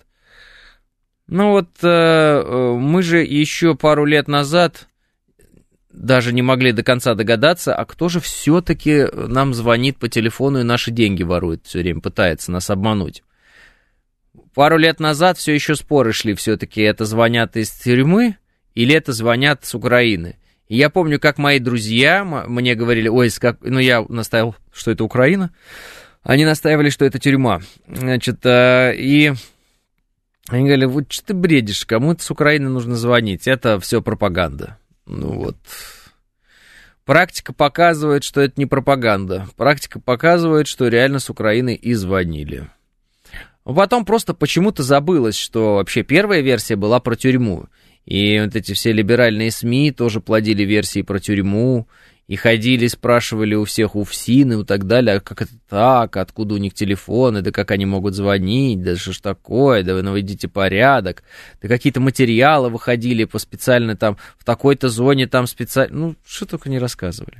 Ну вот мы же еще пару лет назад даже не могли до конца догадаться, а кто же все-таки нам звонит по телефону и наши деньги ворует все время, пытается нас обмануть. Пару лет назад все еще споры шли, все-таки это звонят из тюрьмы или это звонят с Украины. И я помню, как мои друзья мне говорили, ой, ну я настаивал, что это Украина, они настаивали, что это тюрьма. Значит, и они говорили, вот что ты бредишь, кому-то с Украины нужно звонить, это все пропаганда. Ну вот. Практика показывает, что это не пропаганда. Практика показывает, что реально с Украины и звонили. Но потом просто почему-то забылось, что вообще первая версия была про тюрьму. И вот эти все либеральные СМИ тоже плодили версии про тюрьму. И ходили, спрашивали у всех у ФСИН и так далее, а как это так, откуда у них телефоны, да как они могут звонить, да что ж такое, да вы наведите порядок, да какие-то материалы выходили по специально там, в такой-то зоне там специально, ну, что только не рассказывали.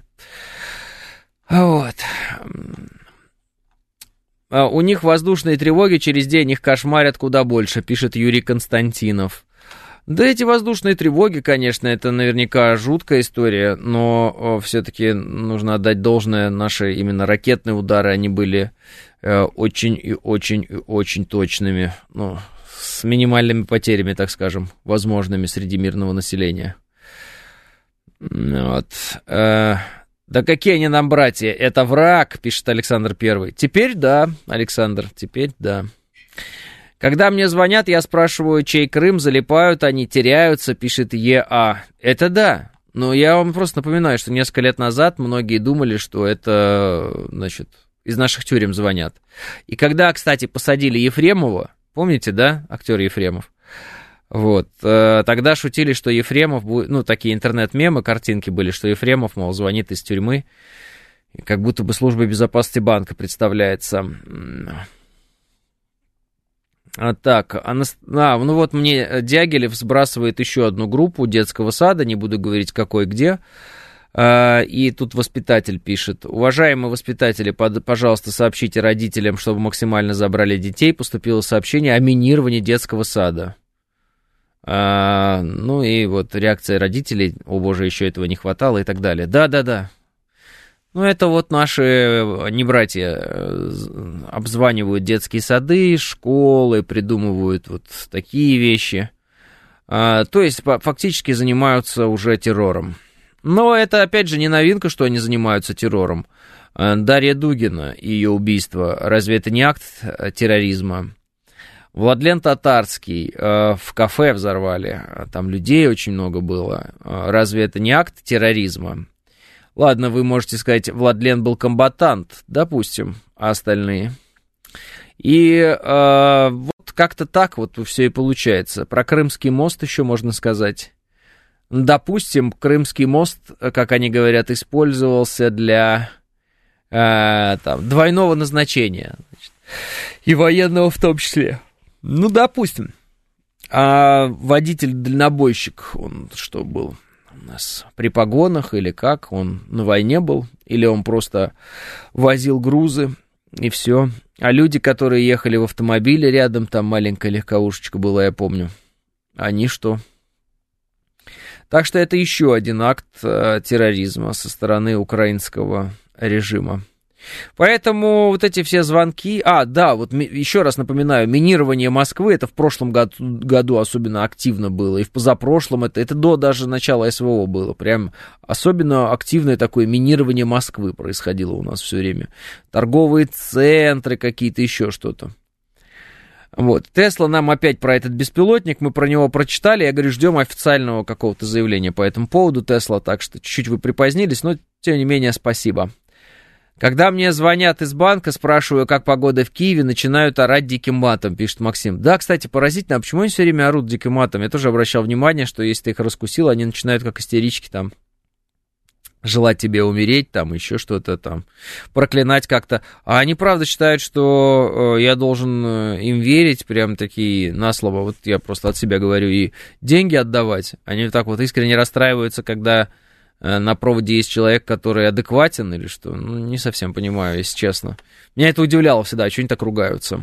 Вот. У них воздушные тревоги, через день их кошмарят куда больше, пишет Юрий Константинов. Да эти воздушные тревоги, конечно, это наверняка жуткая история, но все-таки нужно отдать должное, наши именно ракетные удары, они были очень и очень и очень точными, ну, с минимальными потерями, так скажем, возможными среди мирного населения. Вот. Да какие они нам братья? Это враг, пишет Александр Первый. Теперь да, Александр, теперь да. Когда мне звонят, я спрашиваю, чей Крым, залипают они, теряются, пишет ЕА. Это да, но я вам просто напоминаю, что несколько лет назад многие думали, что это, значит, из наших тюрем звонят. И когда, кстати, посадили Ефремова, помните, да, актер Ефремов? Вот, тогда шутили, что Ефремов будет, ну, такие интернет-мемы, картинки были, что Ефремов, мол, звонит из тюрьмы, как будто бы служба безопасности банка представляется. Так, ну вот мне Дягилев сбрасывает еще одну группу детского сада, не буду говорить какой где. И тут воспитатель пишет: уважаемые воспитатели, пожалуйста, сообщите родителям, чтобы максимально забрали детей. Поступило сообщение о минировании детского сада. Ну и вот реакция родителей: о боже, еще этого не хватало и так далее. Да. Ну это вот наши небратья обзванивают детские сады, школы, придумывают вот такие вещи. То есть фактически занимаются уже террором. Но это, опять же, не новинка, что они занимаются террором. Дарья Дугина и ее убийство, разве это не акт терроризма? Владлен Татарский в кафе взорвали, там людей очень много было. Разве это не акт терроризма? Ладно, вы можете сказать, Владлен был комбатант, допустим, а остальные? И вот как-то так вот все и получается. Про Крымский мост еще можно сказать. Допустим, Крымский мост, как они говорят, использовался для двойного назначения, значит, и военного в том числе. Ну, допустим. А водитель-дальнобойщик, он что был у нас, при погонах или как? Он на войне был? Или он просто возил грузы и все? А люди, которые ехали в автомобиле рядом, там маленькая легковушечка была, я помню, они что? Так что это еще один акт терроризма со стороны украинского режима. Поэтому вот эти все звонки... да, вот еще раз напоминаю, минирование Москвы, это в прошлом году особенно активно было, и в позапрошлом, это до даже начала СВО было, прям особенно активное такое минирование Москвы происходило у нас все время. Торговые центры какие-то, еще что-то. Вот, Тесла нам опять про этот беспилотник, мы про него прочитали, я говорю, ждем официального какого-то заявления по этому поводу, Тесла, так что чуть-чуть вы припозднились, но тем не менее спасибо. Когда мне звонят из банка, спрашиваю, как погода в Киеве, начинают орать диким матом, пишет Максим. Да, кстати, поразительно, а почему они все время орут диким матом? Я тоже обращал внимание, что если ты их раскусил, они начинают как истерички там желать тебе умереть, там, еще что-то там, проклинать как-то. А они, правда, считают, что я должен им верить, прям такие на слово, вот я просто от себя говорю, и деньги отдавать. Они так вот искренне расстраиваются, когда на проводе есть человек, который адекватен или что. Ну, не совсем понимаю, если честно. Меня это удивляло всегда, что они так ругаются.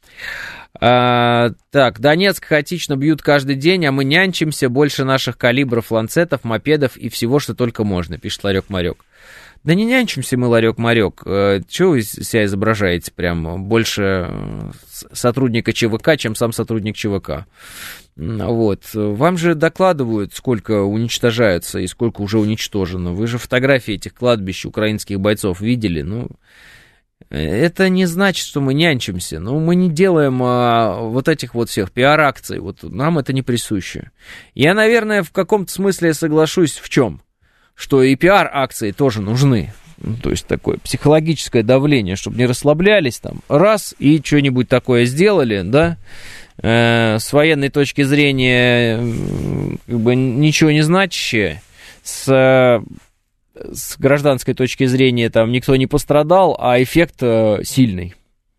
Так, Донецк хаотично бьют каждый день, а мы нянчимся, больше наших калибров, ланцетов, мопедов и всего, что только можно, пишет Ларек-Марек. Да не нянчимся мы, Ларек-Марек. Чего вы себя изображаете? Прям больше сотрудника ЧВК, чем сам сотрудник ЧВК. Вот. Вам же докладывают, сколько уничтожается и сколько уже уничтожено. Вы же фотографии этих кладбищ украинских бойцов видели, ну... Это не значит, что мы нянчимся. Ну, мы не делаем вот этих вот всех пиар-акций. Вот нам это не присуще. Я, наверное, в каком-то смысле соглашусь в чем? Что и пиар-акции тоже нужны. Ну, то есть такое психологическое давление, чтобы не расслаблялись там. Раз, и что-нибудь такое сделали, да? С военной точки зрения как бы ничего не значащее. С гражданской точки зрения там никто не пострадал, а эффект сильный.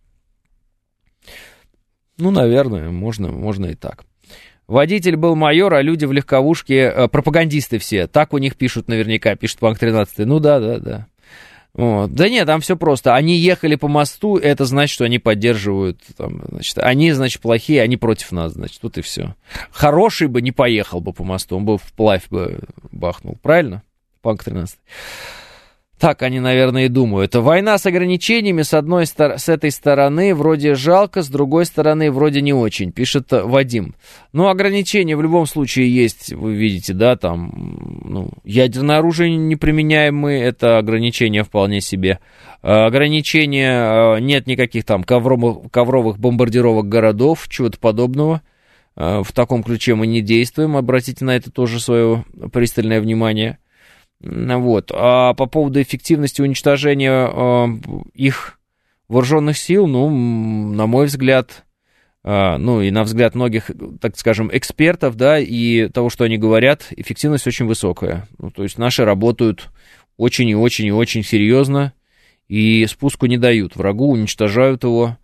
Ну, наверное, можно и так. Водитель был майор, а люди в легковушке пропагандисты все. Так у них пишут наверняка, пишет Панк 13. Ну да. Вот. Да нет, там все просто. Они ехали по мосту, это значит, что они поддерживают, там, значит, они, значит, плохие, они против нас, значит, тут и все. Хороший бы не поехал бы по мосту, он бы вплавь бы бахнул, правильно? Панк 13. Так они, наверное, и думают. Война с ограничениями, с этой стороны вроде жалко, с другой стороны вроде не очень, пишет Вадим. Ну, ограничения в любом случае есть, вы видите, да, там, ну, ядерное оружие не применяем мы, это ограничение вполне себе. Ограничения, нет никаких там ковровых бомбардировок городов, чего-то подобного. В таком ключе мы не действуем, обратите на это тоже свое пристальное внимание. Вот. А по поводу эффективности уничтожения их вооруженных сил, ну, на мой взгляд, ну, и на взгляд многих, так скажем, экспертов, да, и того, что они говорят, эффективность очень высокая. Ну, то есть наши работают очень и очень и очень серьезно, и спуску не дают врагу, уничтожают его,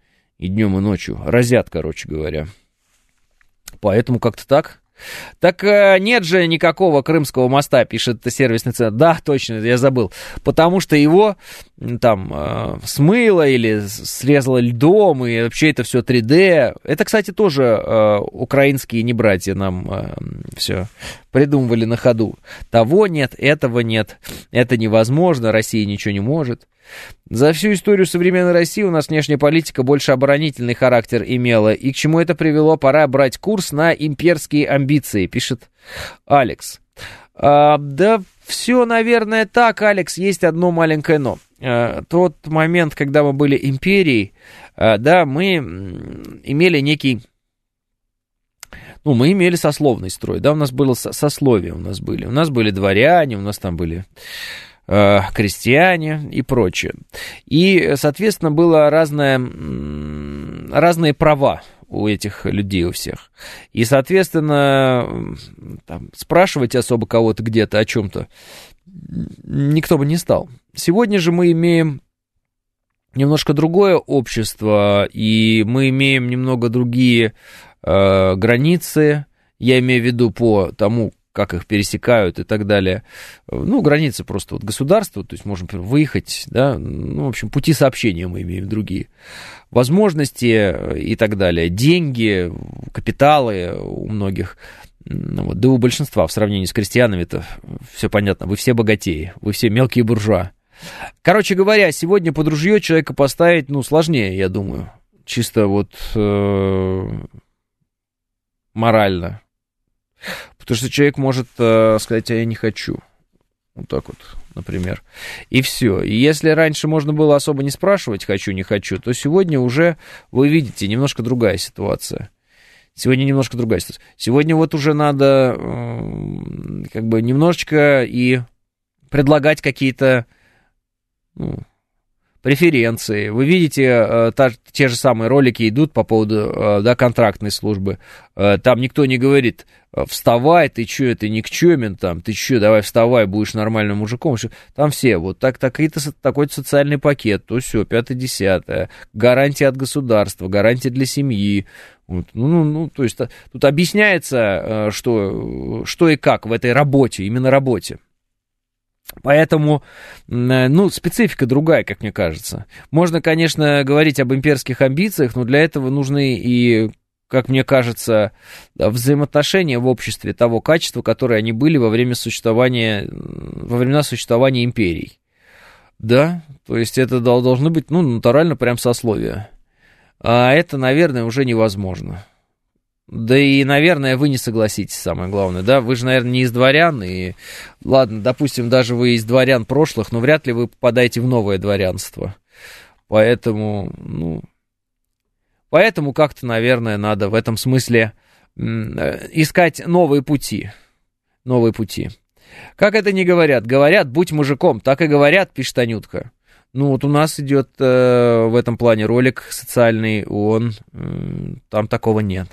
и днем, и ночью. Разят, короче говоря. Поэтому как-то так. Так нет же никакого Крымского моста, пишет сервисный центр. Да, точно, я забыл. Потому что его там смыло или срезало льдом, и вообще это все 3D. Это, кстати, тоже украинские небратья нам все придумывали на ходу. Того нет, этого нет, это невозможно, Россия ничего не может. За всю историю современной России у нас внешняя политика больше оборонительный характер имела. И к чему это привело? Пора брать курс на имперские амбиции, пишет Алекс. Да все, наверное, так, Алекс, есть одно маленькое но. Тот момент, когда мы были империей, да, мы имели некий... Ну, мы имели сословный строй, да, у нас было сословие, у нас были дворяне, у нас там были... крестьяне и прочее. И, соответственно, было разные права у этих людей, у всех. И, соответственно, там, спрашивать особо кого-то где-то о чем-то никто бы не стал. Сегодня же мы имеем немножко другое общество, и мы имеем немного другие границы, я имею в виду по тому, как их пересекают и так далее. Ну, границы просто вот государства, то есть можем выехать, да, ну, в общем, пути сообщения мы имеем другие. Возможности и так далее. Деньги, капиталы у многих, вот, да у большинства в сравнении с крестьянами-то все понятно. Вы все богатеи, вы все мелкие буржуа. Короче говоря, сегодня под ружье человека поставить, ну, сложнее, я думаю. Чисто вот морально. Потому что человек может сказать, а я не хочу. Вот так вот, например. И все. И если раньше можно было особо не спрашивать, хочу, не хочу, то сегодня уже, вы видите, немножко другая ситуация. Сегодня вот уже надо как бы немножечко и предлагать какие-то преференции. Вы видите, те же самые ролики идут по поводу контрактной службы. Там никто не говорит, вставай, ты чё, ты никчёмен, там, ты чё, давай вставай, будешь нормальным мужиком. Там все, вот такой-то социальный пакет, то все, 5-10, гарантия от государства, гарантия для семьи. Вот, то есть тут объясняется, что и как в этой работе, именно работе. Поэтому, специфика другая, как мне кажется. Можно, конечно, говорить об имперских амбициях, но для этого нужны и, как мне кажется, взаимоотношения в обществе того качества, которые они были во времена существования империй. Да, то есть это должны быть, натурально прям сословия. А это, наверное, уже невозможно. Да и, наверное, вы не согласитесь, самое главное, да, вы же, наверное, не из дворян, и, ладно, допустим, даже вы из дворян прошлых, но вряд ли вы попадаете в новое дворянство, поэтому как-то, наверное, надо в этом смысле искать новые пути, Как это не говорят? Говорят, будь мужиком, так и говорят, пишет Анютка. Вот у нас идет в этом плане ролик социальный, там такого нет.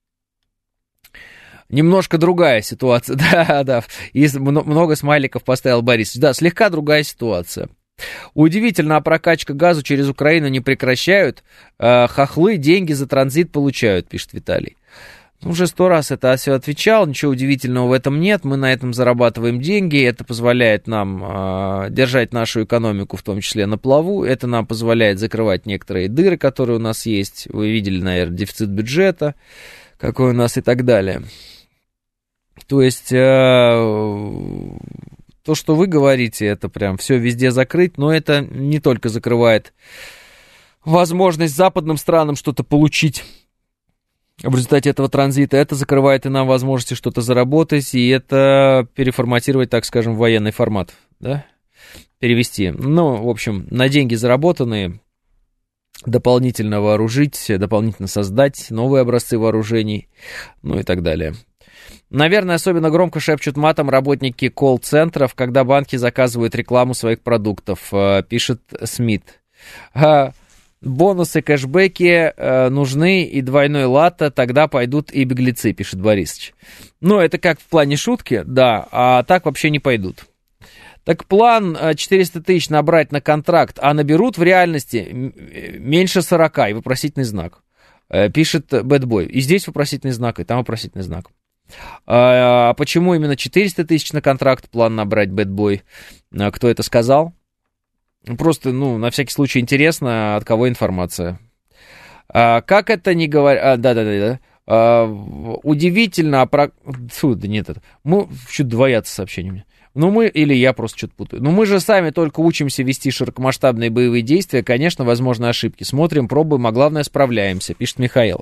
Немножко другая ситуация, да, и много смайликов поставил Борис. Да, слегка другая ситуация. Удивительно, а прокачка газу через Украину не прекращают, хохлы деньги за транзит получают, пишет Виталий. Уже 100 раз это все отвечал, ничего удивительного в этом нет, мы на этом зарабатываем деньги, это позволяет нам держать нашу экономику, в том числе на плаву, это нам позволяет закрывать некоторые дыры, которые у нас есть, вы видели, наверное, дефицит бюджета, какой у нас и так далее. То есть, то, что вы говорите, это прям все везде закрыть, но это не только закрывает возможность западным странам что-то получить в результате этого транзита, это закрывает и нам возможности что-то заработать, и это переформатировать, так скажем, в военный формат, да, перевести. В общем, на деньги заработанные, дополнительно вооружить, дополнительно создать новые образцы вооружений, и так далее. Наверное, особенно громко шепчут матом работники колл-центров, когда банки заказывают рекламу своих продуктов, пишет Смит. Бонусы, кэшбэки нужны и двойной латте, тогда пойдут и беглецы, пишет Борисович. Это как в плане шутки, да, а так вообще не пойдут. Так план 400 тысяч набрать на контракт, а наберут в реальности меньше 40, и вопросительный знак. Пишет Бэтбой. И здесь вопросительный знак, и там вопросительный знак. А почему именно 400 тысяч на контракт план набрать, Бэтбой? Кто это сказал? Просто, на всякий случай интересно, от кого информация. Как это не говорят... Да. Удивительно, что-то двоятся сообщениями. Мы, или я просто что-то путаю. Мы же сами только учимся вести широкомасштабные боевые действия. Конечно, возможны ошибки. Смотрим, пробуем, а главное, справляемся, пишет Михаил.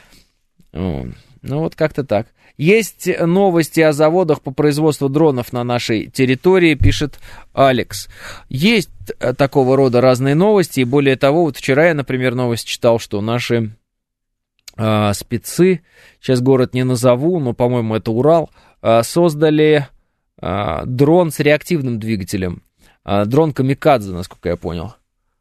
Вот как-то так. Есть новости о заводах по производству дронов на нашей территории, пишет Алекс. Есть такого рода разные новости, и более того, вот вчера я, например, новость читал, что наши спецы, сейчас город не назову, но, по-моему, это Урал, создали дрон с реактивным двигателем. Дрон Камикадзе, насколько я понял.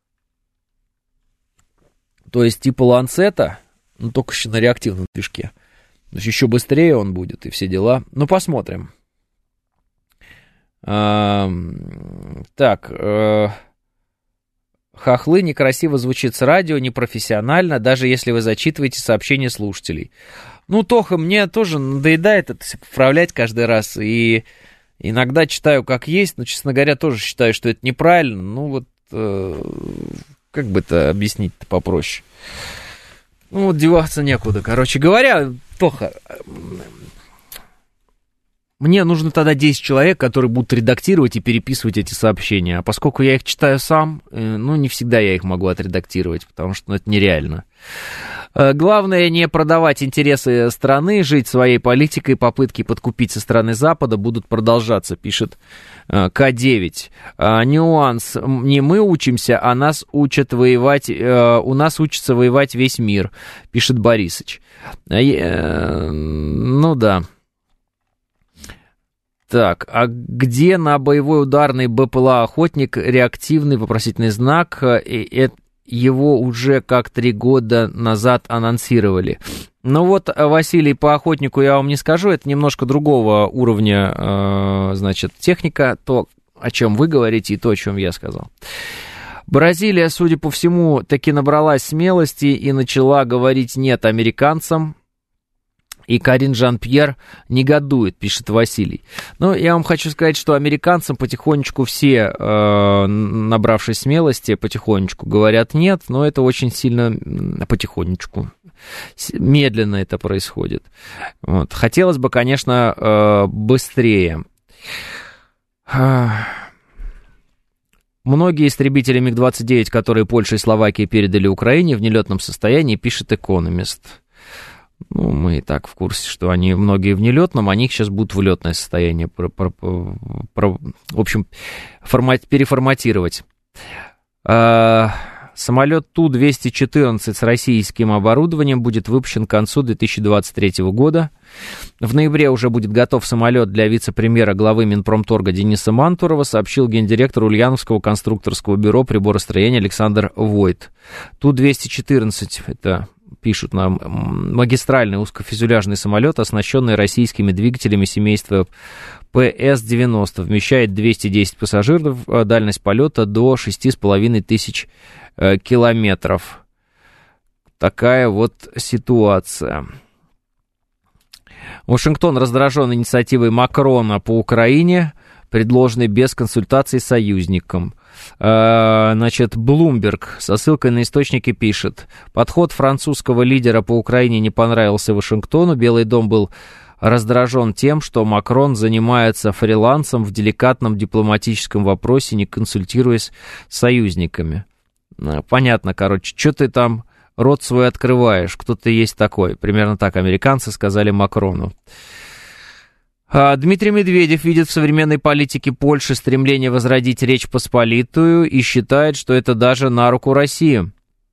То есть типа Ланцета, но только еще на реактивном движке. То есть еще быстрее он будет и все дела. Посмотрим. Хохлы некрасиво звучит с радио, непрофессионально, даже если вы зачитываете сообщения слушателей. Тоха, мне тоже надоедает это поправлять каждый раз. И иногда читаю как есть, но, честно говоря, тоже считаю, что это неправильно. Как бы это объяснить-то попроще? Деваться некуда. Короче говоря, Тоха, мне нужно тогда 10 человек, которые будут редактировать и переписывать эти сообщения. А поскольку я их читаю сам, не всегда я их могу отредактировать, потому что это нереально. Главное не продавать интересы страны, жить своей политикой, попытки подкупить со стороны Запада будут продолжаться, пишет К9. Нюанс. Не мы учимся, а нас учат воевать, у нас учится воевать весь мир, пишет Борисыч. Да. Так, а где на боевой ударный БПЛА «Охотник» реактивный вопросительный знак? Его уже как 3 года назад анонсировали. Василий, по «Охотнику» я вам не скажу, это немножко другого уровня, техника, то, о чем вы говорите, и то, о чем я сказал. Бразилия, судя по всему, таки набралась смелости и начала говорить «нет» американцам. И Карин Жан-Пьер негодует, пишет Василий. Я вам хочу сказать, что американцам потихонечку все, набравшись смелости, потихонечку говорят «нет», но это очень сильно потихонечку, медленно это происходит. Хотелось бы, конечно, быстрее. Многие истребители МиГ-29, которые Польша и Словакия передали Украине, в нелетном состоянии, пишет «Экономист». Мы и так в курсе, что они многие в нелетном, они сейчас будут в летное состояние, в общем, переформатировать. Самолет Ту-214 с российским оборудованием будет выпущен к концу 2023 года. В ноябре уже будет готов самолет для вице-премьера главы Минпромторга Дениса Мантурова, сообщил гендиректор Ульяновского конструкторского бюро приборостроения Александр Войт. Ту-214 — это... пишут нам, магистральный узкофюзеляжный самолет, оснащенный российскими двигателями семейства ПС-90, вмещает 210 пассажиров, дальность полета до 6500 километров. Такая вот ситуация. Вашингтон раздражен инициативой Макрона по Украине, предложенной без консультаций с союзником. Bloomberg со ссылкой на источники пишет: подход французского лидера по Украине не понравился Вашингтону. Белый дом был раздражен тем, что Макрон занимается фрилансом в деликатном дипломатическом вопросе, не консультируясь с союзниками. Понятно, что ты там рот свой открываешь, кто ты есть такой. Примерно так американцы сказали Макрону. Дмитрий Медведев видит в современной политике Польши стремление возродить Речь Посполитую и считает, что это даже на руку России.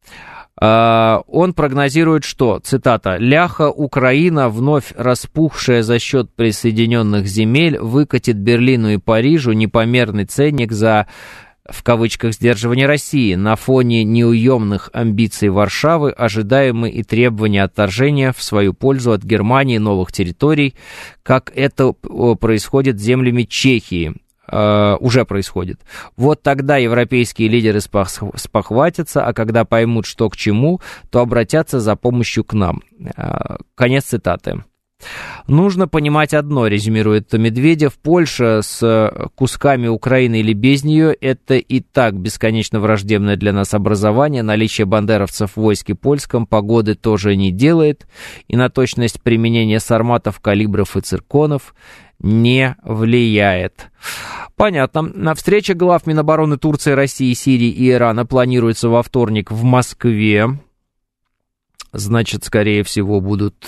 Он прогнозирует, что, цитата, «ляха Украина, вновь распухшая за счет присоединенных земель, выкатит Берлину и Парижу непомерный ценник за, в кавычках, сдерживание России на фоне неуемных амбиций Варшавы, ожидаемые и требования отторжения в свою пользу от Германии новых территорий, как это происходит с землями Чехии». уже происходит. Вот тогда европейские лидеры спохватятся, а когда поймут, что к чему, то обратятся за помощью к нам. Конец цитаты. Нужно понимать одно, резюмирует Медведев: Польша с кусками Украины или без нее — это и так бесконечно враждебное для нас образование, наличие бандеровцев в войске польском погоды тоже не делает, и на точность применения сарматов, калибров и цирконов не влияет. Понятно. На встрече глав Минобороны Турции, России, Сирии и Ирана планируется во вторник в Москве. Значит, скорее всего, будут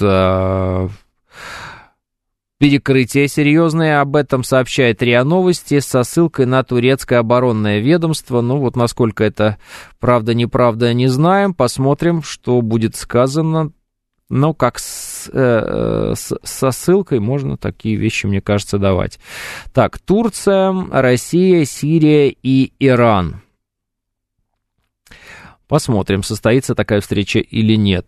перекрытия серьезные. Об этом сообщает РИА Новости со ссылкой на турецкое оборонное ведомство. Ну вот насколько это правда-неправда, не знаем. Посмотрим, что будет сказано. Но как со ссылкой можно такие вещи, мне кажется, давать. Так, Турция, Россия, Сирия и Иран. Посмотрим, состоится такая встреча или нет.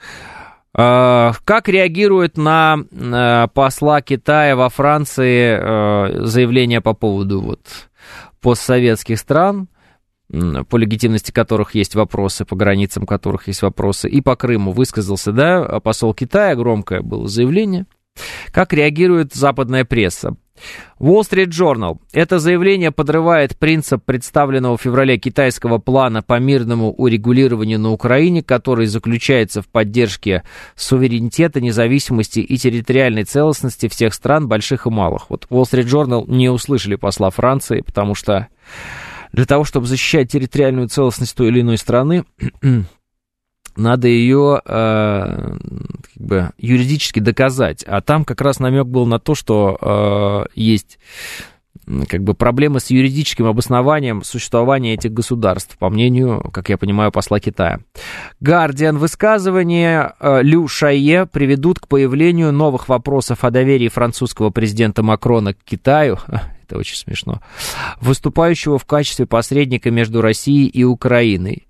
Как реагирует на посла Китая во Франции заявление по поводу постсоветских стран, по легитимности которых есть вопросы, по границам которых есть вопросы, и по Крыму высказался, да, посол Китая, громкое было заявление. Как реагирует западная пресса? Wall Street Journal. Это заявление подрывает принцип представленного в феврале китайского плана по мирному урегулированию на Украине, который заключается в поддержке суверенитета, независимости и территориальной целостности всех стран, больших и малых. Вот Wall Street Journal не услышали посла Франции, потому что для того, чтобы защищать территориальную целостность той или иной страны, надо ее юридически доказать. А там как раз намек был на то, что есть проблемы с юридическим обоснованием существования этих государств, по мнению, как я понимаю, посла Китая. Guardian. Высказывания Лю Шайе приведут к появлению новых вопросов о доверии французского президента Макрона к Китаю. Это очень смешно. Выступающего в качестве посредника между Россией и Украиной.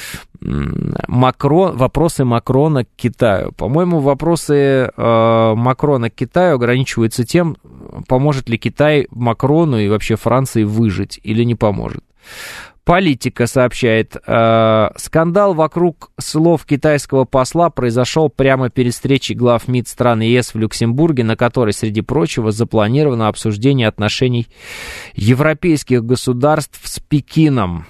Вопросы Макрона к Китаю. По-моему, вопросы Макрона к Китаю ограничиваются тем, поможет ли Китай Макрону и вообще Франции выжить или не поможет. Политика сообщает, скандал вокруг слов китайского посла произошел прямо перед встречей глав МИД стран ЕС в Люксембурге, на которой, среди прочего, запланировано обсуждение отношений европейских государств с Пекином.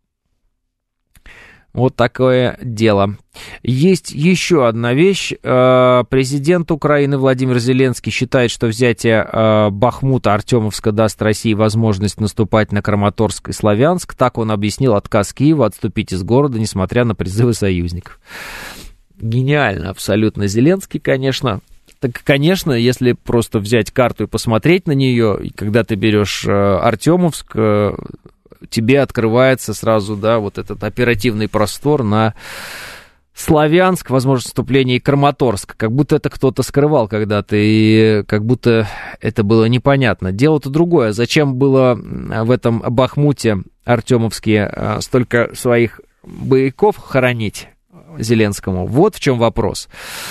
Вот такое дело. Есть еще одна вещь. Президент Украины Владимир Зеленский считает, что взятие Бахмута, Артемовска даст России возможность наступать на Краматорск и Славянск. Так он объяснил отказ Киева отступить из города, несмотря на призывы союзников. Гениально абсолютно Зеленский, конечно. Так, конечно, если просто взять карту и посмотреть на нее, и когда ты берешь Артемовск, тебе открывается сразу, да, вот этот оперативный простор на Славянск, возможно, вступление и Краматорск. Как будто это кто-то скрывал когда-то, и как будто это было непонятно. Дело-то другое. Зачем было в этом Бахмуте, Артемовске, столько своих боевиков хоронить Зеленскому? Вот в чем вопрос.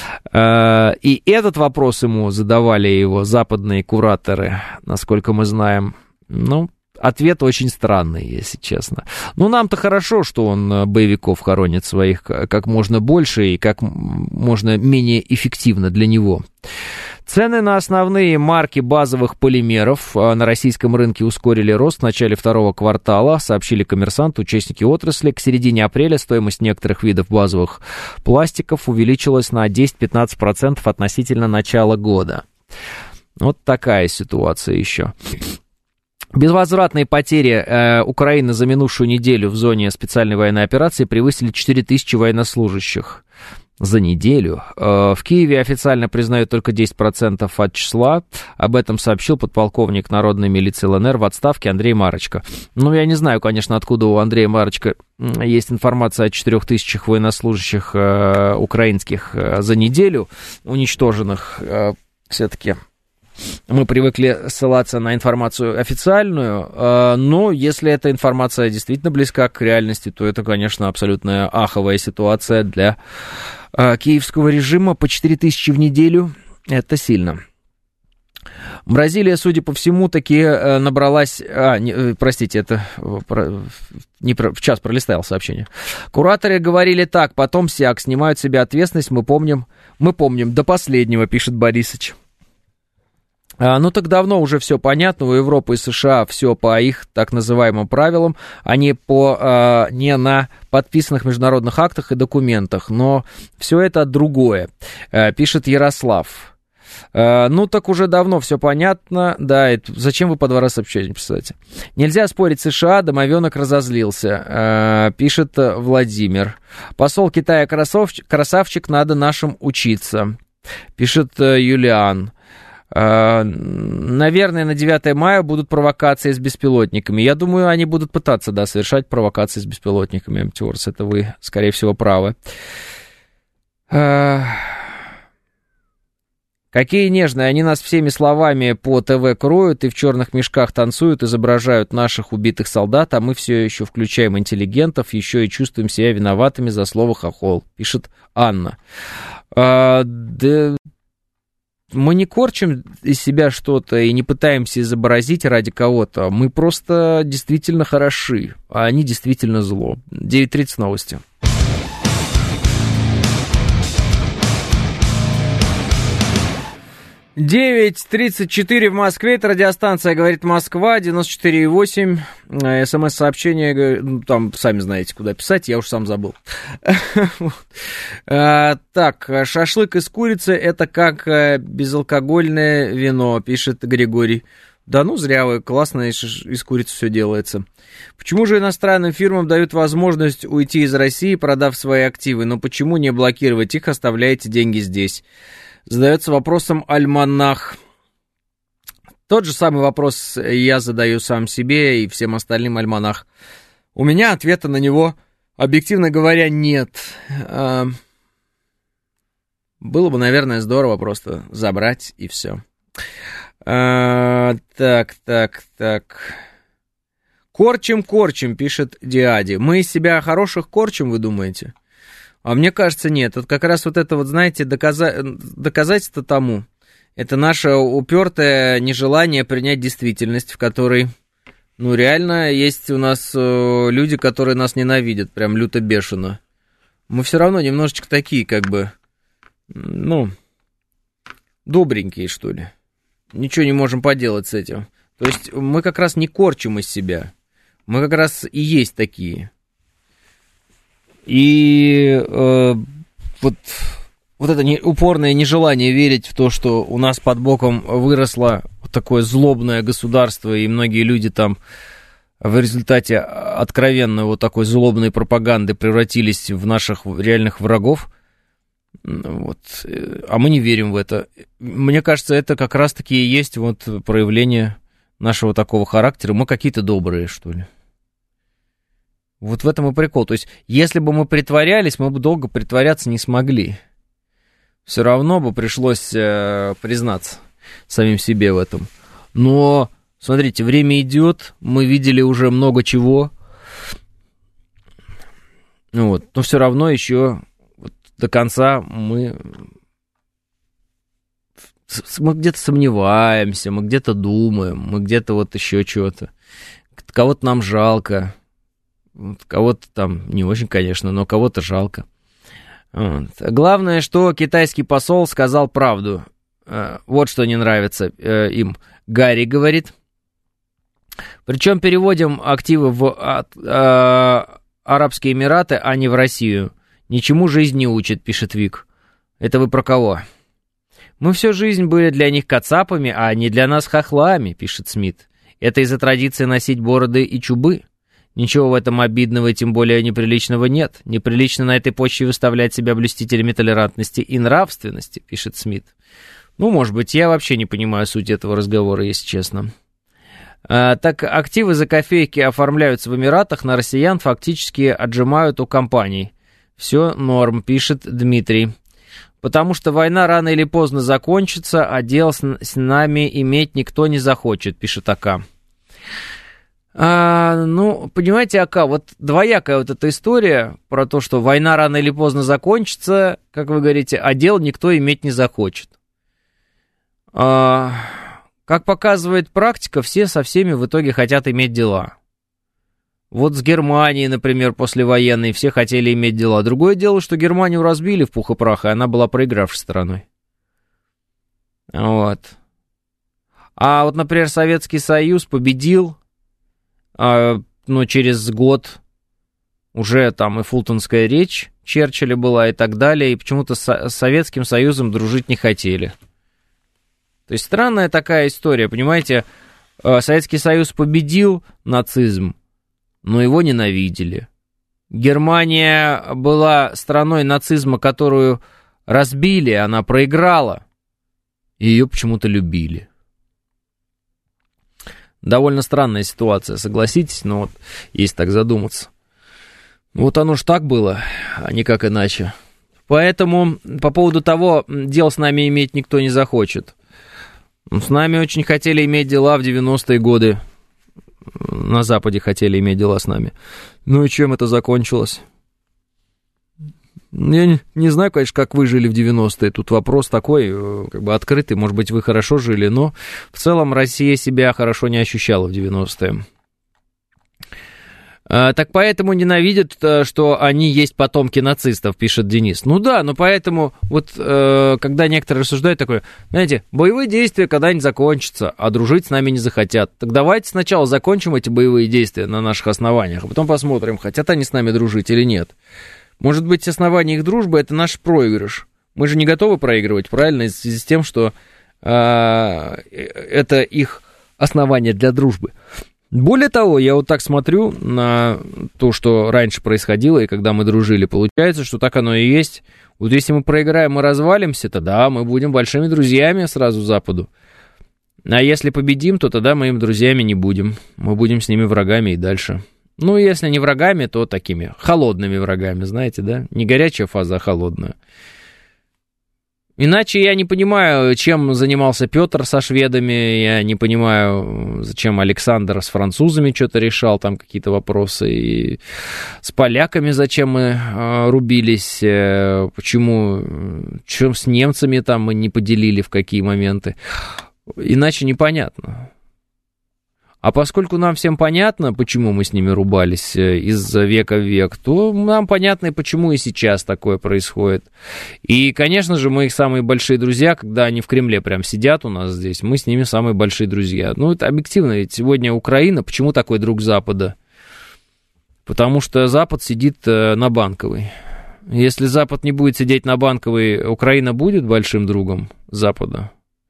И этот вопрос ему задавали его западные кураторы, насколько мы знаем. Ответ очень странный, если честно. Нам-то хорошо, что он боевиков хоронит своих как можно больше и как можно менее эффективно для него. Цены на основные марки базовых полимеров на российском рынке ускорили рост в начале второго квартала, сообщили «Коммерсант», участники отрасли. К середине апреля стоимость некоторых видов базовых пластиков увеличилась на 10-15% относительно начала года. Вот такая ситуация еще. Безвозвратные потери Украины за минувшую неделю в зоне специальной военной операции превысили 4000 военнослужащих за неделю. В Киеве официально признают только 10% от числа. Об этом сообщил подполковник народной милиции ЛНР в отставке Андрей Марочко. Я не знаю, конечно, откуда у Андрея Марочко есть информация о 4000 военнослужащих украинских за неделю, уничтоженных все-таки. Мы привыкли ссылаться на информацию официальную, но если эта информация действительно близка к реальности, то это, конечно, абсолютно аховая ситуация для киевского режима. По 4000 в неделю — это сильно. Бразилия, судя по всему, таки набралась... простите, это... в час пролистал сообщение. Кураторы говорили так, потом сяк, снимают с себя ответственность, мы помним до последнего, пишет Борисыч. Ну так давно уже все понятно, у Европы и США все по их так называемым правилам, а не на подписанных международных актах и документах, но все это другое, пишет Ярослав. Ну так уже давно все понятно, да, зачем вы по 2 раза сообщение писаете? Нельзя спорить с США, домовенок разозлился, пишет Владимир. Посол Китая красавчик, надо нашим учиться, пишет Юлиан. Наверное, на 9 мая будут провокации с беспилотниками. Я думаю, они будут пытаться, да, совершать провокации с беспилотниками, М-Тюрс, это вы, скорее всего, правы. Какие нежные, они нас всеми словами по ТВ кроют и в черных мешках танцуют, изображают наших убитых солдат, а мы все еще включаем интеллигентов, еще и чувствуем себя виноватыми за слово «хохол», пишет Анна. Мы не корчим из себя что-то и не пытаемся изобразить ради кого-то. Мы просто действительно хороши, а они действительно зло. 9:30 новости. «9:34 в Москве». Это радиостанция «Говорит Москва», 94,8. СМС-сообщение, ну, там, сами знаете, куда писать, я уж сам забыл. Так, шашлык из курицы – это как безалкогольное вино, пишет Григорий. Да ну, зря вы, классно из курицы все делается. Почему же иностранным фирмам дают возможность уйти из России, продав свои активы, но почему не блокировать их, оставляете деньги здесь? Задается вопросом Альманах. Тот же самый вопрос я задаю сам себе и всем остальным, Альманах. У меня ответа на него, объективно говоря, нет. Было бы, наверное, здорово просто забрать и все. Так. Корчим, пишет Диади. Мы из себя хороших корчим, вы думаете? А мне кажется, нет. Вот как раз вот это вот, знаете, доказательство тому. Это наше упертое нежелание принять действительность, в которой, ну, реально есть у нас люди, которые нас ненавидят, прям люто бешено. Мы все равно немножечко такие, как бы, ну, добренькие, что ли. Ничего не можем поделать с этим. То есть мы как раз не корчим из себя. Мы как раз и есть такие. И вот это упорное нежелание верить в то, что у нас под боком выросло такое злобное государство, и многие люди там в результате откровенно вот такой злобной пропаганды превратились в наших реальных врагов. Вот. А мы не верим в это. Мне кажется, это как раз-таки и есть вот проявление нашего такого характера. Мы какие-то добрые, что ли. Вот в этом и прикол. То есть, если бы мы притворялись, мы бы долго притворяться не смогли. Все равно бы пришлось признаться самим себе в этом. Но, смотрите, время идет, мы видели уже много чего. Вот. Но все равно еще вот до конца мы где-то сомневаемся, мы где-то думаем, мы где-то вот еще чего-то. Кого-то нам жалко. Кого-то там не очень, конечно, но кого-то жалко. Вот. Главное, что китайский посол сказал правду. Вот что не нравится им. Гарри говорит. Причем переводим активы в Арабские Эмираты, а не в Россию. Ничему жизнь не учит, пишет Вик. Это вы про кого? Мы всю жизнь были для них кацапами, а не для нас хохлами, пишет Смит. Это из-за традиции носить бороды и чубы. Ничего в этом обидного и тем более неприличного нет. Неприлично на этой почве выставлять себя блюстителями толерантности и нравственности, пишет Смит. Ну, может быть, я вообще не понимаю суть этого разговора, если честно. Так активы за копейки оформляются в Эмиратах, на россиян фактически отжимают у компаний. Все норм, пишет Дмитрий. Потому что война рано или поздно закончится, а дел с нами иметь никто не захочет, пишет АК. Ну, понимаете, АК, вот двоякая вот эта история про то, что война рано или поздно закончится, как вы говорите, а дел никто иметь не захочет. как показывает практика, все со всеми в итоге хотят иметь дела. Вот с Германией, например, послевоенной все хотели иметь дела. Другое дело, что Германию разбили в пух и прах, и она была проигравшей стороной. Вот. А вот, например, Советский Союз победил, через год уже там и Фултонская речь Черчилля была и так далее, и почему-то с Советским Союзом дружить не хотели. То есть странная такая история, понимаете, Советский Союз победил нацизм, но его ненавидели. Германия была страной нацизма, которую разбили, она проиграла, и ее почему-то любили. Довольно странная ситуация, согласитесь, но вот если так задуматься. Вот оно ж так было, а никак иначе. Поэтому по поводу того, дел с нами иметь никто не захочет. С нами очень хотели иметь дела в 90-е годы. На Западе хотели иметь дела с нами. Ну и чем это закончилось? Я не знаю, конечно, как вы жили в 90-е. Тут вопрос такой, как бы открытый. Может быть, вы хорошо жили, но в целом Россия себя хорошо не ощущала в 90-е. Так поэтому ненавидят, что они есть потомки нацистов, пишет Денис. Ну да, но поэтому вот когда некоторые рассуждают такое, знаете, боевые действия когда-нибудь закончатся, а дружить с нами не захотят. Так давайте сначала закончим эти боевые действия на наших основаниях, а потом посмотрим, хотят они с нами дружить или нет. Может быть, основание их дружбы — это наш проигрыш. Мы же не готовы проигрывать, правильно, в связи с тем, что это их основание для дружбы. Более того, я вот так смотрю на то, что раньше происходило, и когда мы дружили, получается, что так оно и есть. Вот если мы проиграем и развалимся, тогда мы будем большими друзьями сразу Западу. А если победим, то тогда мы им друзьями не будем. Мы будем с ними врагами и дальше. Ну, если не врагами, то такими холодными врагами, знаете, да? Не горячая фаза, а холодная. Иначе я не понимаю, чем занимался Петр со шведами, я не понимаю, зачем Александр с французами что-то решал, там какие-то вопросы, и с поляками зачем мы рубились, почему, чем с немцами там мы не поделили, в какие моменты, иначе непонятно. А поскольку нам всем понятно, почему мы с ними рубались из века в век, то нам понятно, и почему и сейчас такое происходит. И, конечно же, мы их самые большие друзья, когда они в Кремле прям сидят у нас здесь, мы с ними самые большие друзья. Ну, это объективно, ведь сегодня Украина, почему такой друг Запада? Потому что Запад сидит на Банковой. Если Запад не будет сидеть на Банковой, Украина будет большим другом Запада?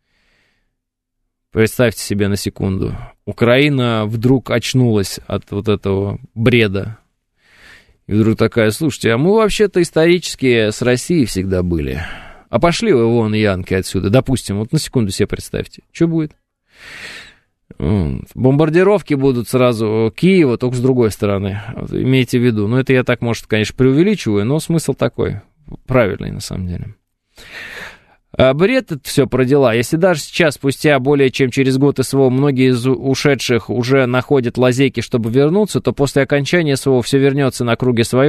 Представьте себе на секунду. Украина вдруг очнулась от вот этого бреда. И вдруг такая, слушайте, а мы вообще-то исторически с Россией всегда были. А пошли вы вон, янки, отсюда. Допустим, вот на секунду себе представьте. Что будет? Бомбардировки будут сразу Киева, только с другой стороны. Вот, имейте в виду. Ну, это я так, может, конечно, преувеличиваю, но смысл такой. Правильный, на самом деле. Бред это все про дела. Если даже сейчас, спустя более чем через год СВО, многие из ушедших уже находят лазейки, чтобы вернуться, то после окончания СВО все вернется на круги своя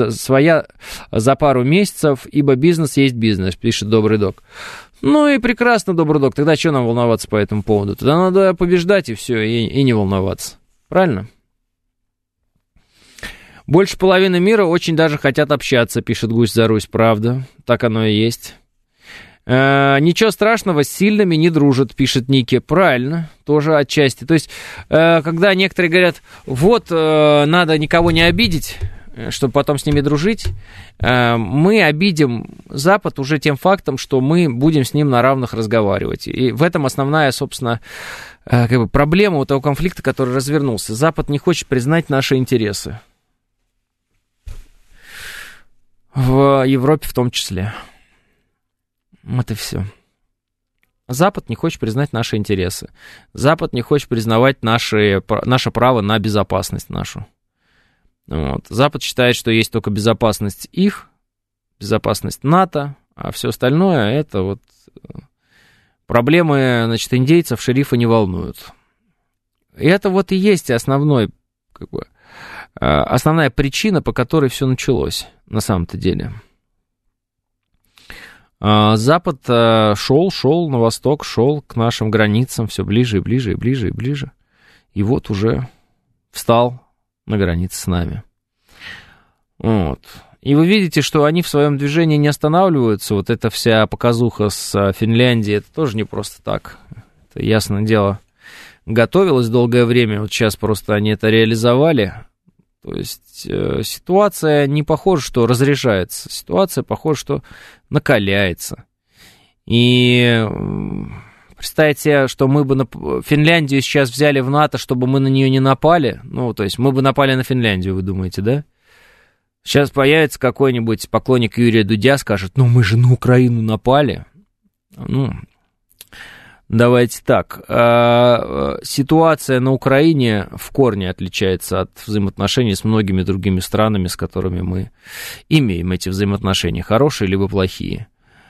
за пару месяцев, ибо бизнес есть бизнес, пишет Добрый Док. Ну и прекрасно, Добрый Док, тогда что нам волноваться по этому поводу? Тогда надо побеждать и все, и не волноваться. Правильно? Больше половины мира очень даже хотят общаться, пишет Гусь за Русь, правда, так оно и есть. Ничего страшного, с сильными не дружат, пишет Ники. Правильно, тоже отчасти. То есть, когда некоторые говорят, вот, надо никого не обидеть, чтобы потом с ними дружить, мы обидим Запад уже тем фактом, что мы будем с ним на равных разговаривать. И в этом основная, собственно, как бы проблема у того конфликта, который развернулся. Запад не хочет признать наши интересы. В Европе в том числе. Это все. Запад не хочет признать наши интересы. Запад не хочет признавать наше право на безопасность нашу. Вот. Запад считает, что есть только безопасность их, безопасность НАТО, а все остальное это вот проблемы, значит, индейцев шерифа не волнуют. И это вот и есть основная причина, по которой все началось на самом-то деле. Запад шел на восток, шел к нашим границам все ближе и ближе и ближе и ближе. И вот уже встал на границе с нами. Вот. И вы видите, что они в своем движении не останавливаются. Вот эта вся показуха с Финляндией, это тоже не просто так. Это, ясное дело, готовилось долгое время. Вот сейчас просто они это реализовали. То есть ситуация не похожа, что разрешается. Ситуация похожа, что накаляется. И представьте, что мы бы Финляндию сейчас взяли в НАТО, чтобы мы на нее не напали. Ну, то есть мы бы напали на Финляндию, вы думаете, да? Сейчас появится какой-нибудь поклонник Юрия Дудя, скажет, ну мы же на Украину напали. Ну, давайте так. Ситуация на Украине в корне отличается от взаимоотношений с многими другими странами, с которыми мы имеем эти взаимоотношения, хорошие либо плохие.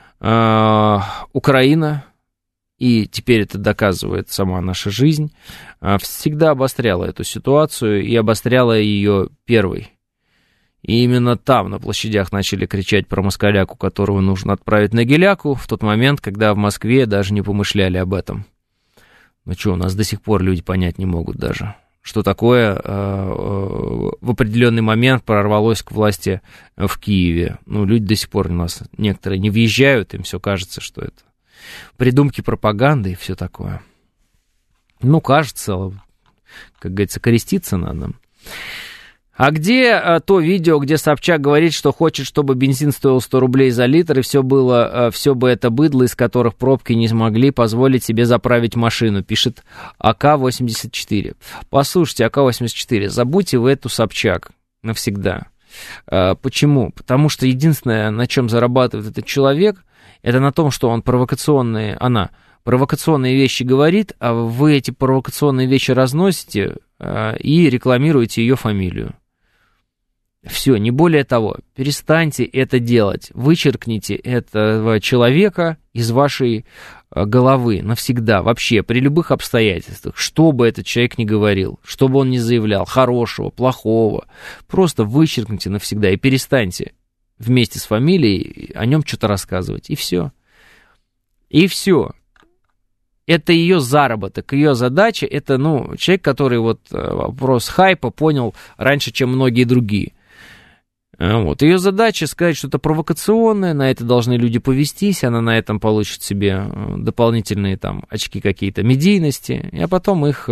Украина, и теперь это доказывает сама наша жизнь, всегда обостряла эту ситуацию и обостряла ее первой. И именно там, на площадях, начали кричать про москаляку, которого нужно отправить на геляку, в тот момент, когда в Москве даже не помышляли об этом. Ну что, у нас до сих пор люди понять не могут даже, что такое в определенный момент прорвалось к власти в Киеве. Ну, люди до сих пор у нас, некоторые не въезжают, им все кажется, что это придумки пропаганды и все такое. Ну, кажется, как говорится, креститься надо. А где то видео, где Собчак говорит, что хочет, чтобы бензин стоил 100 рублей за литр, и все бы это быдло, из которых пробки не смогли позволить себе заправить машину, пишет АК-84. Послушайте, АК-84, забудьте вы эту Собчак навсегда. Почему? Потому что единственное, на чем зарабатывает этот человек, это на том, что он провокационные вещи говорит, а вы эти провокационные вещи разносите и рекламируете ее фамилию. Все, не более того, перестаньте это делать, вычеркните этого человека из вашей головы навсегда, вообще, при любых обстоятельствах, что бы этот человек ни говорил, что бы он ни заявлял, хорошего, плохого, просто вычеркните навсегда и перестаньте вместе с фамилией о нем что-то рассказывать, и все. И все. Это ее заработок, ее задача, это, человек, который вопрос хайпа понял раньше, чем многие другие. Вот. Ее задача сказать что-то провокационное, на это должны люди повестись, она на этом получит себе дополнительные очки какие-то медийности, а потом их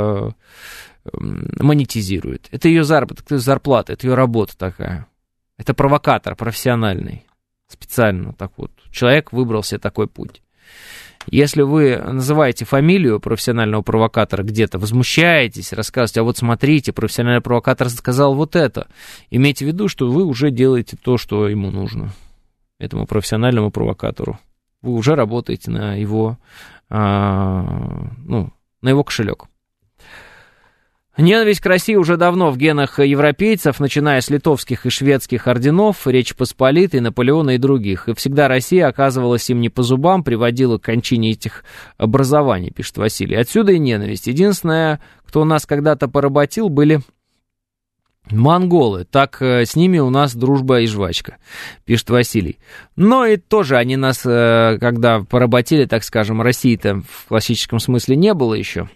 монетизирует. Это ее заработок, это ее зарплата, это ее работа такая. Это провокатор профессиональный, специально так вот. Человек выбрал себе такой путь. Если вы называете фамилию профессионального провокатора где-то, возмущаетесь, рассказываете, а вот смотрите, профессиональный провокатор сказал вот это, имейте в виду, что вы уже делаете то, что ему нужно, этому профессиональному провокатору. Вы уже работаете на его, на его кошелек. Ненависть к России уже давно в генах европейцев, начиная с литовских и шведских орденов, Речи Посполитой, Наполеона и других. И всегда Россия оказывалась им не по зубам, приводила к кончине этих образований, пишет Василий. Отсюда и ненависть. Единственное, кто нас когда-то поработил, были монголы. Так с ними у нас дружба и жвачка, пишет Василий. Но и тоже они нас, когда поработили, так скажем, России-то в классическом смысле не было еще.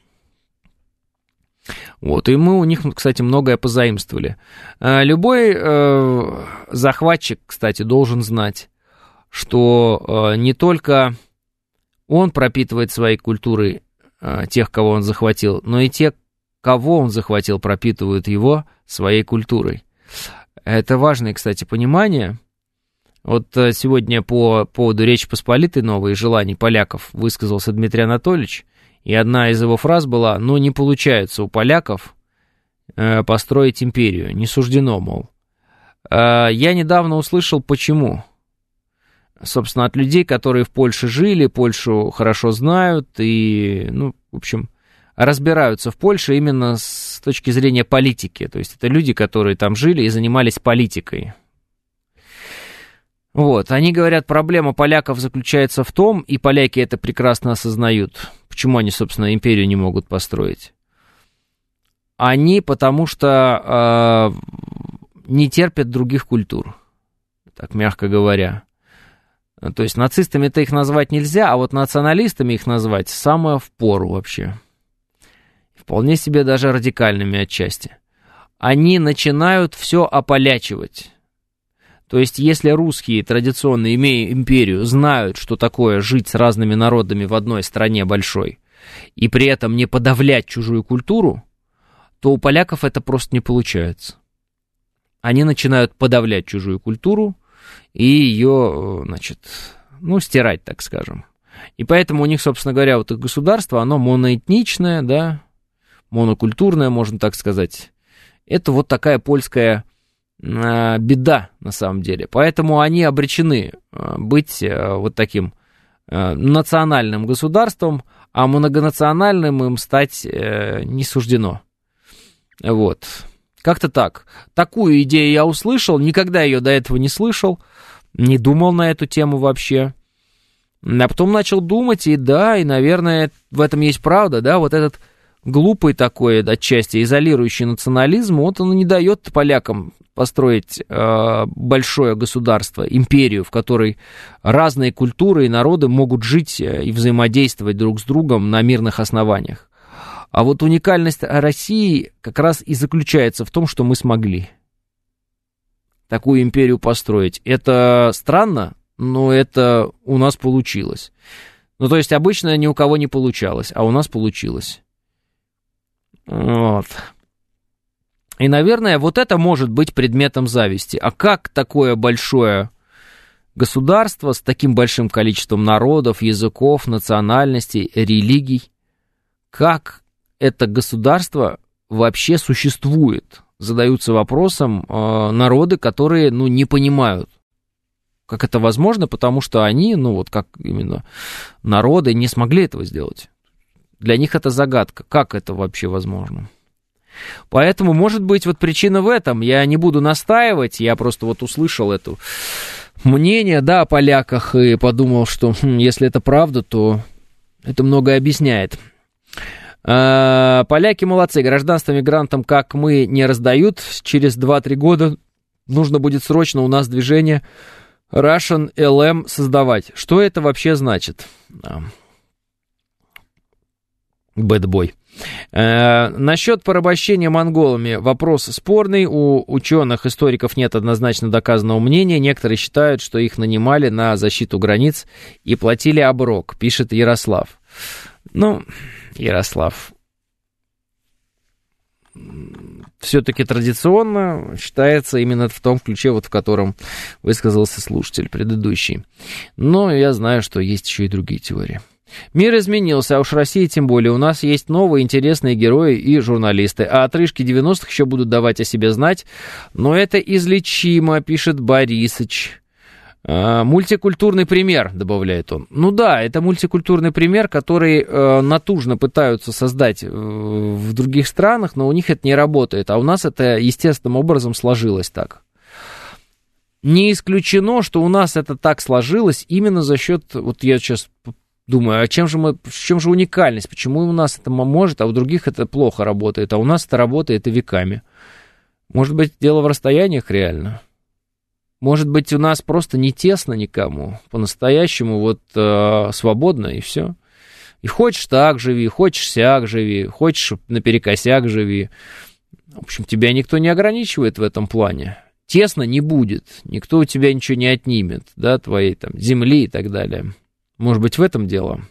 Вот, и мы у них, кстати, многое позаимствовали. Любой захватчик, кстати, должен знать, что не только он пропитывает своей культурой тех, кого он захватил, но и те, кого он захватил, пропитывают его своей культурой. Это важное, кстати, понимание. Вот сегодня по поводу Речи Посполитой новой и желаний поляков высказался Дмитрий Анатольевич. И одна из его фраз была: не получается у поляков построить империю, не суждено, мол. Я недавно услышал, почему. Собственно, от людей, которые в Польше жили, Польшу хорошо знают и, в общем, разбираются в Польше именно с точки зрения политики. То есть это люди, которые там жили и занимались политикой. Вот, они говорят, проблема поляков заключается в том, и поляки это прекрасно осознают, почему они, собственно, империю не могут построить. Они потому что не терпят других культур, так мягко говоря. То есть нацистами-то их назвать нельзя, а вот националистами их назвать самое впору вообще. Вполне себе даже радикальными отчасти. Они начинают все ополячивать. То есть если русские, традиционно имея империю, знают, что такое жить с разными народами в одной стране большой, и при этом не подавлять чужую культуру, то у поляков это просто не получается. Они начинают подавлять чужую культуру и ее, значит, стирать, так скажем. И поэтому у них, собственно говоря, вот их государство, оно моноэтничное, да, монокультурное, можно так сказать. Это вот такая польская беда, на самом деле. Поэтому они обречены быть вот таким национальным государством, а многонациональным им стать не суждено. Вот. Как-то так. Такую идею я услышал, никогда ее до этого не слышал, не думал на эту тему вообще. А потом начал думать, и да, и, наверное, в этом есть правда, да, вот этот глупый такой, отчасти изолирующий национализм, вот он не дает полякам построить большое государство, империю, в которой разные культуры и народы могут жить и взаимодействовать друг с другом на мирных основаниях. А вот уникальность России как раз и заключается в том, что мы смогли такую империю построить. Это странно, но это у нас получилось. То есть обычно ни у кого не получалось, а у нас получилось. Вот. И, наверное, вот это может быть предметом зависти. А как такое большое государство с таким большим количеством народов, языков, национальностей, религий, как это государство вообще существует? Задаются вопросом народы, которые, не понимают, как это возможно, потому что они, как именно народы, не смогли этого сделать. Для них это загадка, как это вообще возможно. Поэтому, может быть, вот причина в этом. Я не буду настаивать, я просто вот услышал это мнение, да, о поляках и подумал, что если это правда, то это многое объясняет. Поляки молодцы, гражданство мигрантам, как мы, не раздают. Через 2-3 года нужно будет срочно у нас движение Russian LM создавать. Что это вообще значит? Бэтбой. Насчет порабощения монголами вопрос спорный. У ученых, историков нет однозначно доказанного мнения. Некоторые считают, что их нанимали на защиту границ и платили оброк, пишет Ярослав. Ярослав, все-таки традиционно считается именно в том ключе, в котором высказался слушатель предыдущий. Но я знаю, что есть еще и другие теории. Мир изменился, а уж Россия тем более. У нас есть новые интересные герои и журналисты. А отрыжки 90-х еще будут давать о себе знать. Но это излечимо, пишет Борисыч. Мультикультурный пример, добавляет он. Да, это мультикультурный пример, который натужно пытаются создать в других странах, но у них это не работает. А у нас это естественным образом сложилось так. Не исключено, что у нас это так сложилось именно за счет... Вот я сейчас... Думаю, в чем же уникальность? Почему у нас это может, а у других это плохо работает, а у нас это работает и веками? Может быть, дело в расстояниях реально? Может быть, у нас просто не тесно никому, по-настоящему свободно, и все. И хочешь так живи, хочешь сяк живи, хочешь наперекосяк живи. В общем, тебя никто не ограничивает в этом плане. Тесно не будет, никто у тебя ничего не отнимет, да, твоей земли и так далее. Может быть, в этом дело.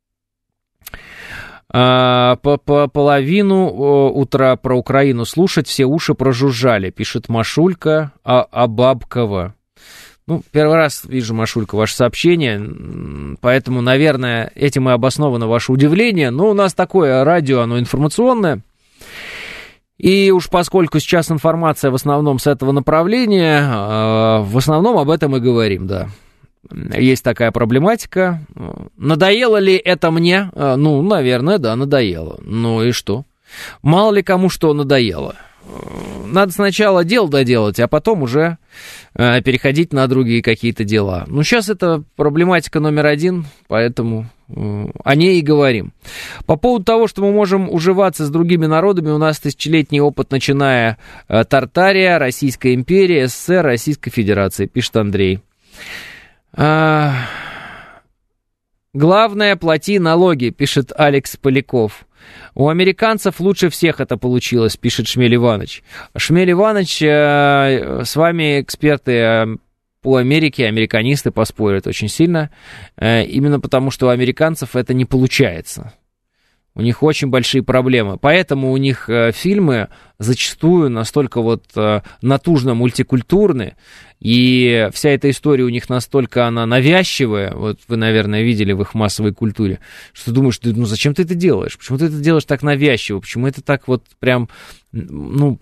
По половину утра про Украину слушать, все уши прожужжали, пишет Машулька Абабкова. Первый раз вижу, Машулька, ваше сообщение, поэтому, наверное, этим и обосновано ваше удивление. Но у нас такое радио, оно информационное. И уж поскольку сейчас информация в основном с этого направления, в основном об этом и говорим, да. Есть такая проблематика. Надоело ли это мне? Наверное, да, надоело. Ну и что? Мало ли кому что надоело. Надо сначала дело доделать, а потом уже переходить на другие какие-то дела. Сейчас это проблематика номер 1, поэтому о ней и говорим. По поводу того, что мы можем уживаться с другими народами, у нас тысячелетний опыт, начиная Тартария, Российская империя, СССР, Российской Федерации, пишет Андрей. Главное, плати налоги, пишет Алекс Поляков. У американцев лучше всех это получилось, пишет Шмель Иванович. Шмель Иванович, с вами эксперты по Америке, американисты поспорят очень сильно, именно потому, что у американцев это не получается. У них очень большие проблемы. Поэтому у них фильмы зачастую настолько вот натужно мультикультурны, и вся эта история у них настолько она навязчивая, вот вы, наверное, видели в их массовой культуре, что думаешь, ну зачем ты это делаешь? Почему ты это делаешь так навязчиво? Почему это так вот прям, ну,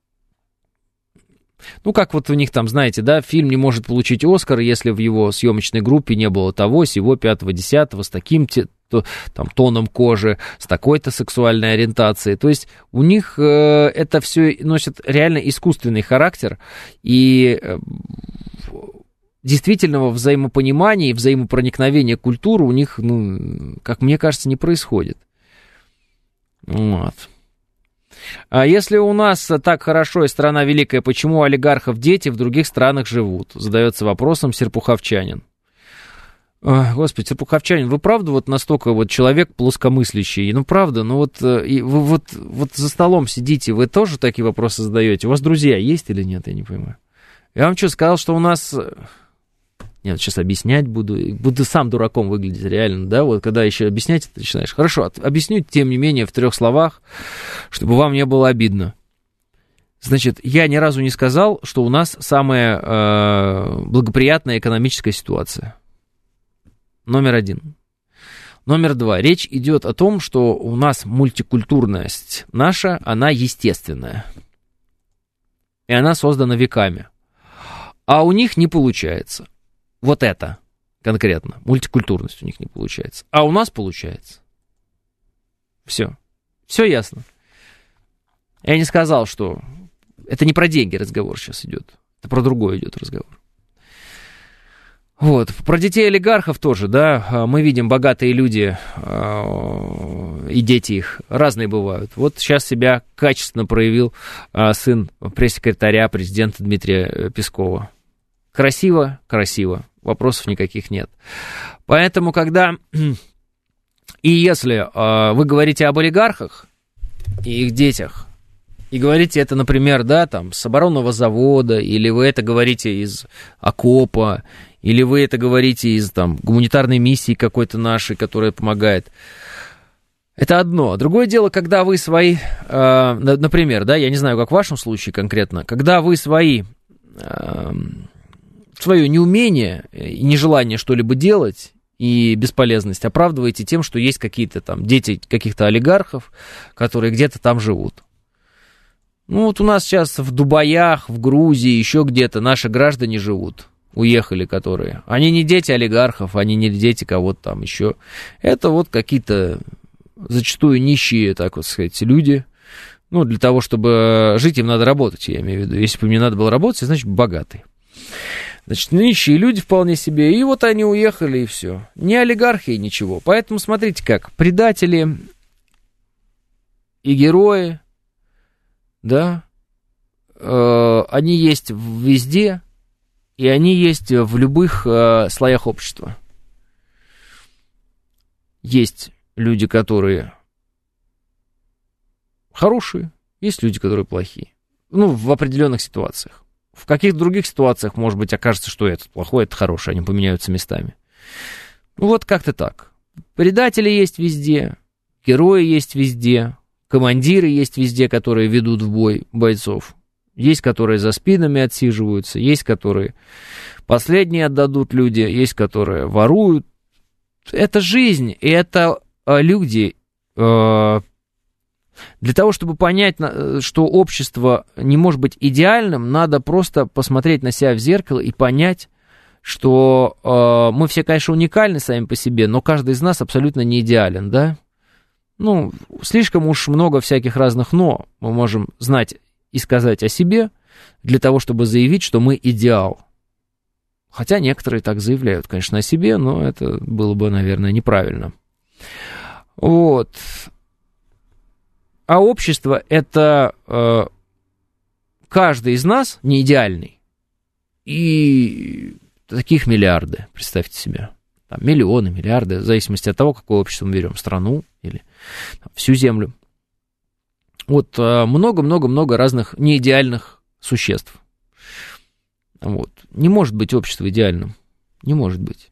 как вот у них там, знаете, да, фильм не может получить Оскар, если в его съемочной группе не было того, сего, 5-го, 10-го, с таким там, тоном кожи, с такой-то сексуальной ориентацией. То есть у них это все носит реально искусственный характер, и действительного взаимопонимания и взаимопроникновения культуры у них, ну, как мне кажется, не происходит. Вот. А если у нас так хорошо и страна великая, почему у олигархов дети в других странах живут? Задается вопросом серпуховчанин. Господи, серпуховчанин, вы правда вот настолько вот человек плоскомыслящий? Ну, правда, ну вот, и вы вот за столом сидите, вы тоже такие вопросы задаете? У вас друзья есть или нет, я не понимаю. Я вам что, сказал, что у нас... Нет, сейчас объяснять буду сам дураком выглядеть, реально, да, вот когда еще объяснять это начинаешь. Хорошо, объясню, тем не менее, в 3 словах, чтобы вам не было обидно. Значит, я ни разу не сказал, что у нас самая благоприятная экономическая ситуация. Номер 1. Номер 2. Речь идет о том, что у нас мультикультурность наша, она естественная. И она создана веками. А у них не получается. Вот это конкретно. Мультикультурность у них не получается. А у нас получается. Все. Все ясно. Я не сказал, что... Это не про деньги разговор сейчас идет. Это про другое идет разговор. Вот. Про детей олигархов тоже, да. Мы видим, богатые люди и дети их разные бывают. Вот сейчас себя качественно проявил сын пресс-секретаря президента Дмитрия Пескова. Красиво, красиво. Вопросов никаких нет. Поэтому, когда... И если вы говорите об олигархах и их детях, и говорите это, например, да, там, с оборонного завода, или вы это говорите из окопа, или вы это говорите из, там, гуманитарной миссии какой-то нашей, которая помогает, это одно. Другое дело, когда вы свои, например, да, я не знаю, как в вашем случае конкретно, когда вы свое неумение и нежелание что-либо делать и бесполезность оправдываете тем, что есть какие-то там дети каких-то олигархов, которые где-то там живут. Ну вот у нас сейчас в Дубаях, в Грузии, еще где-то наши граждане живут, уехали которые. Они не дети олигархов, они не дети кого-то там еще. Это вот какие-то зачастую нищие, так вот сказать, люди. Ну, для того, чтобы жить, им надо работать, я имею в виду. Если бы мне надо было работать, значит, богатые. Значит, нищие люди вполне себе. И вот они уехали, и все. Не олигархи, ничего. Поэтому смотрите как. Предатели и герои, да, они есть везде, и они есть в любых слоях общества. Есть люди, которые хорошие, есть люди, которые плохие. Ну, в определенных ситуациях. В каких-то других ситуациях, может быть, окажется, что этот плохой, этот хороший, они поменяются местами. Ну, вот как-то так. Предатели есть везде, герои есть везде, командиры есть везде, которые ведут в бой бойцов. Есть, которые за спинами отсиживаются, есть, которые последние отдадут люди, есть, которые воруют. Это жизнь, и это люди. Для того, чтобы понять, что общество не может быть идеальным, надо просто посмотреть на себя в зеркало и понять, что мы все, конечно, уникальны сами по себе, но каждый из нас абсолютно не идеален, да? Ну, слишком уж много всяких разных «но» мы можем знать и сказать о себе для того, чтобы заявить, что мы идеал. Хотя некоторые так заявляют, конечно, о себе, но это было бы, наверное, неправильно. Вот. А общество — это каждый из нас не идеальный. И таких миллиарды, представьте себе. Там миллионы, миллиарды, в зависимости от того, какое общество мы берем, страну или там, всю Землю. Вот много-много-много разных неидеальных существ. Вот. Не может быть общество идеальным. Не может быть.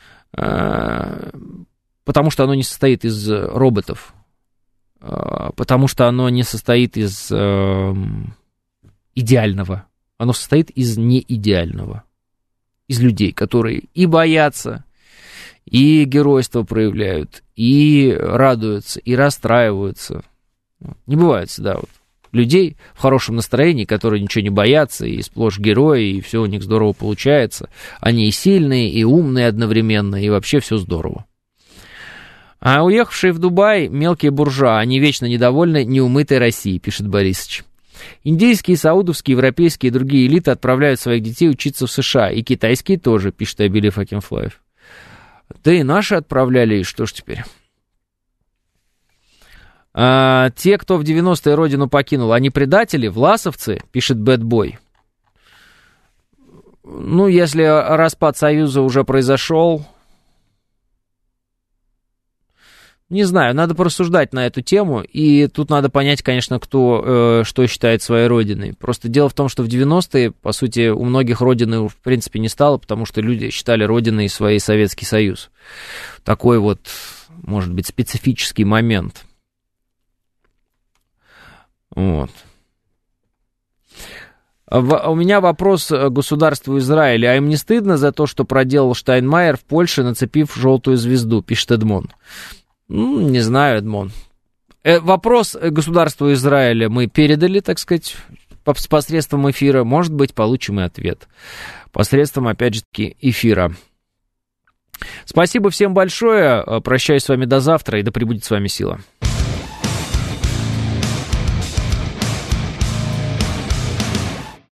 Потому что оно не состоит из роботов. Потому что оно не состоит из идеального. Оно состоит из неидеального. Из людей, которые и боятся, и геройство проявляют, и радуются, и расстраиваются. Не бывает всегда вот людей в хорошем настроении, которые ничего не боятся, и сплошь герои, и все у них здорово получается. Они и сильные, и умные одновременно, и вообще все здорово. А уехавшие в Дубай мелкие буржуа, они вечно недовольны неумытой Россией, пишет Борисович. Индийские, саудовские, европейские и другие элиты отправляют своих детей учиться в США, и китайские тоже, пишет Абилев Акинфлаев. Да и наши отправляли, и что ж теперь? Те, кто в 90-е родину покинул, они предатели, власовцы, пишет Бэтбой. Ну, если распад Союза уже произошел, не знаю, надо порассуждать на эту тему, и тут надо понять, конечно, кто что считает своей родиной. Просто дело в том, что в 90-е, по сути, у многих родины, в принципе, не стало, потому что люди считали родиной своей Советский Союз. Такой вот, может быть, специфический момент. Вот. У меня вопрос к государству Израиля. А им не стыдно за то, что проделал Штайнмайер в Польше, нацепив желтую звезду, пишет Эдмон. Не знаю, Эдмон. Вопрос государству Израиля мы передали, так сказать, посредством эфира. Может быть, получим и ответ. Посредством, опять же таки, эфира. Спасибо всем большое. Прощаюсь с вами до завтра, и да пребудет с вами сила.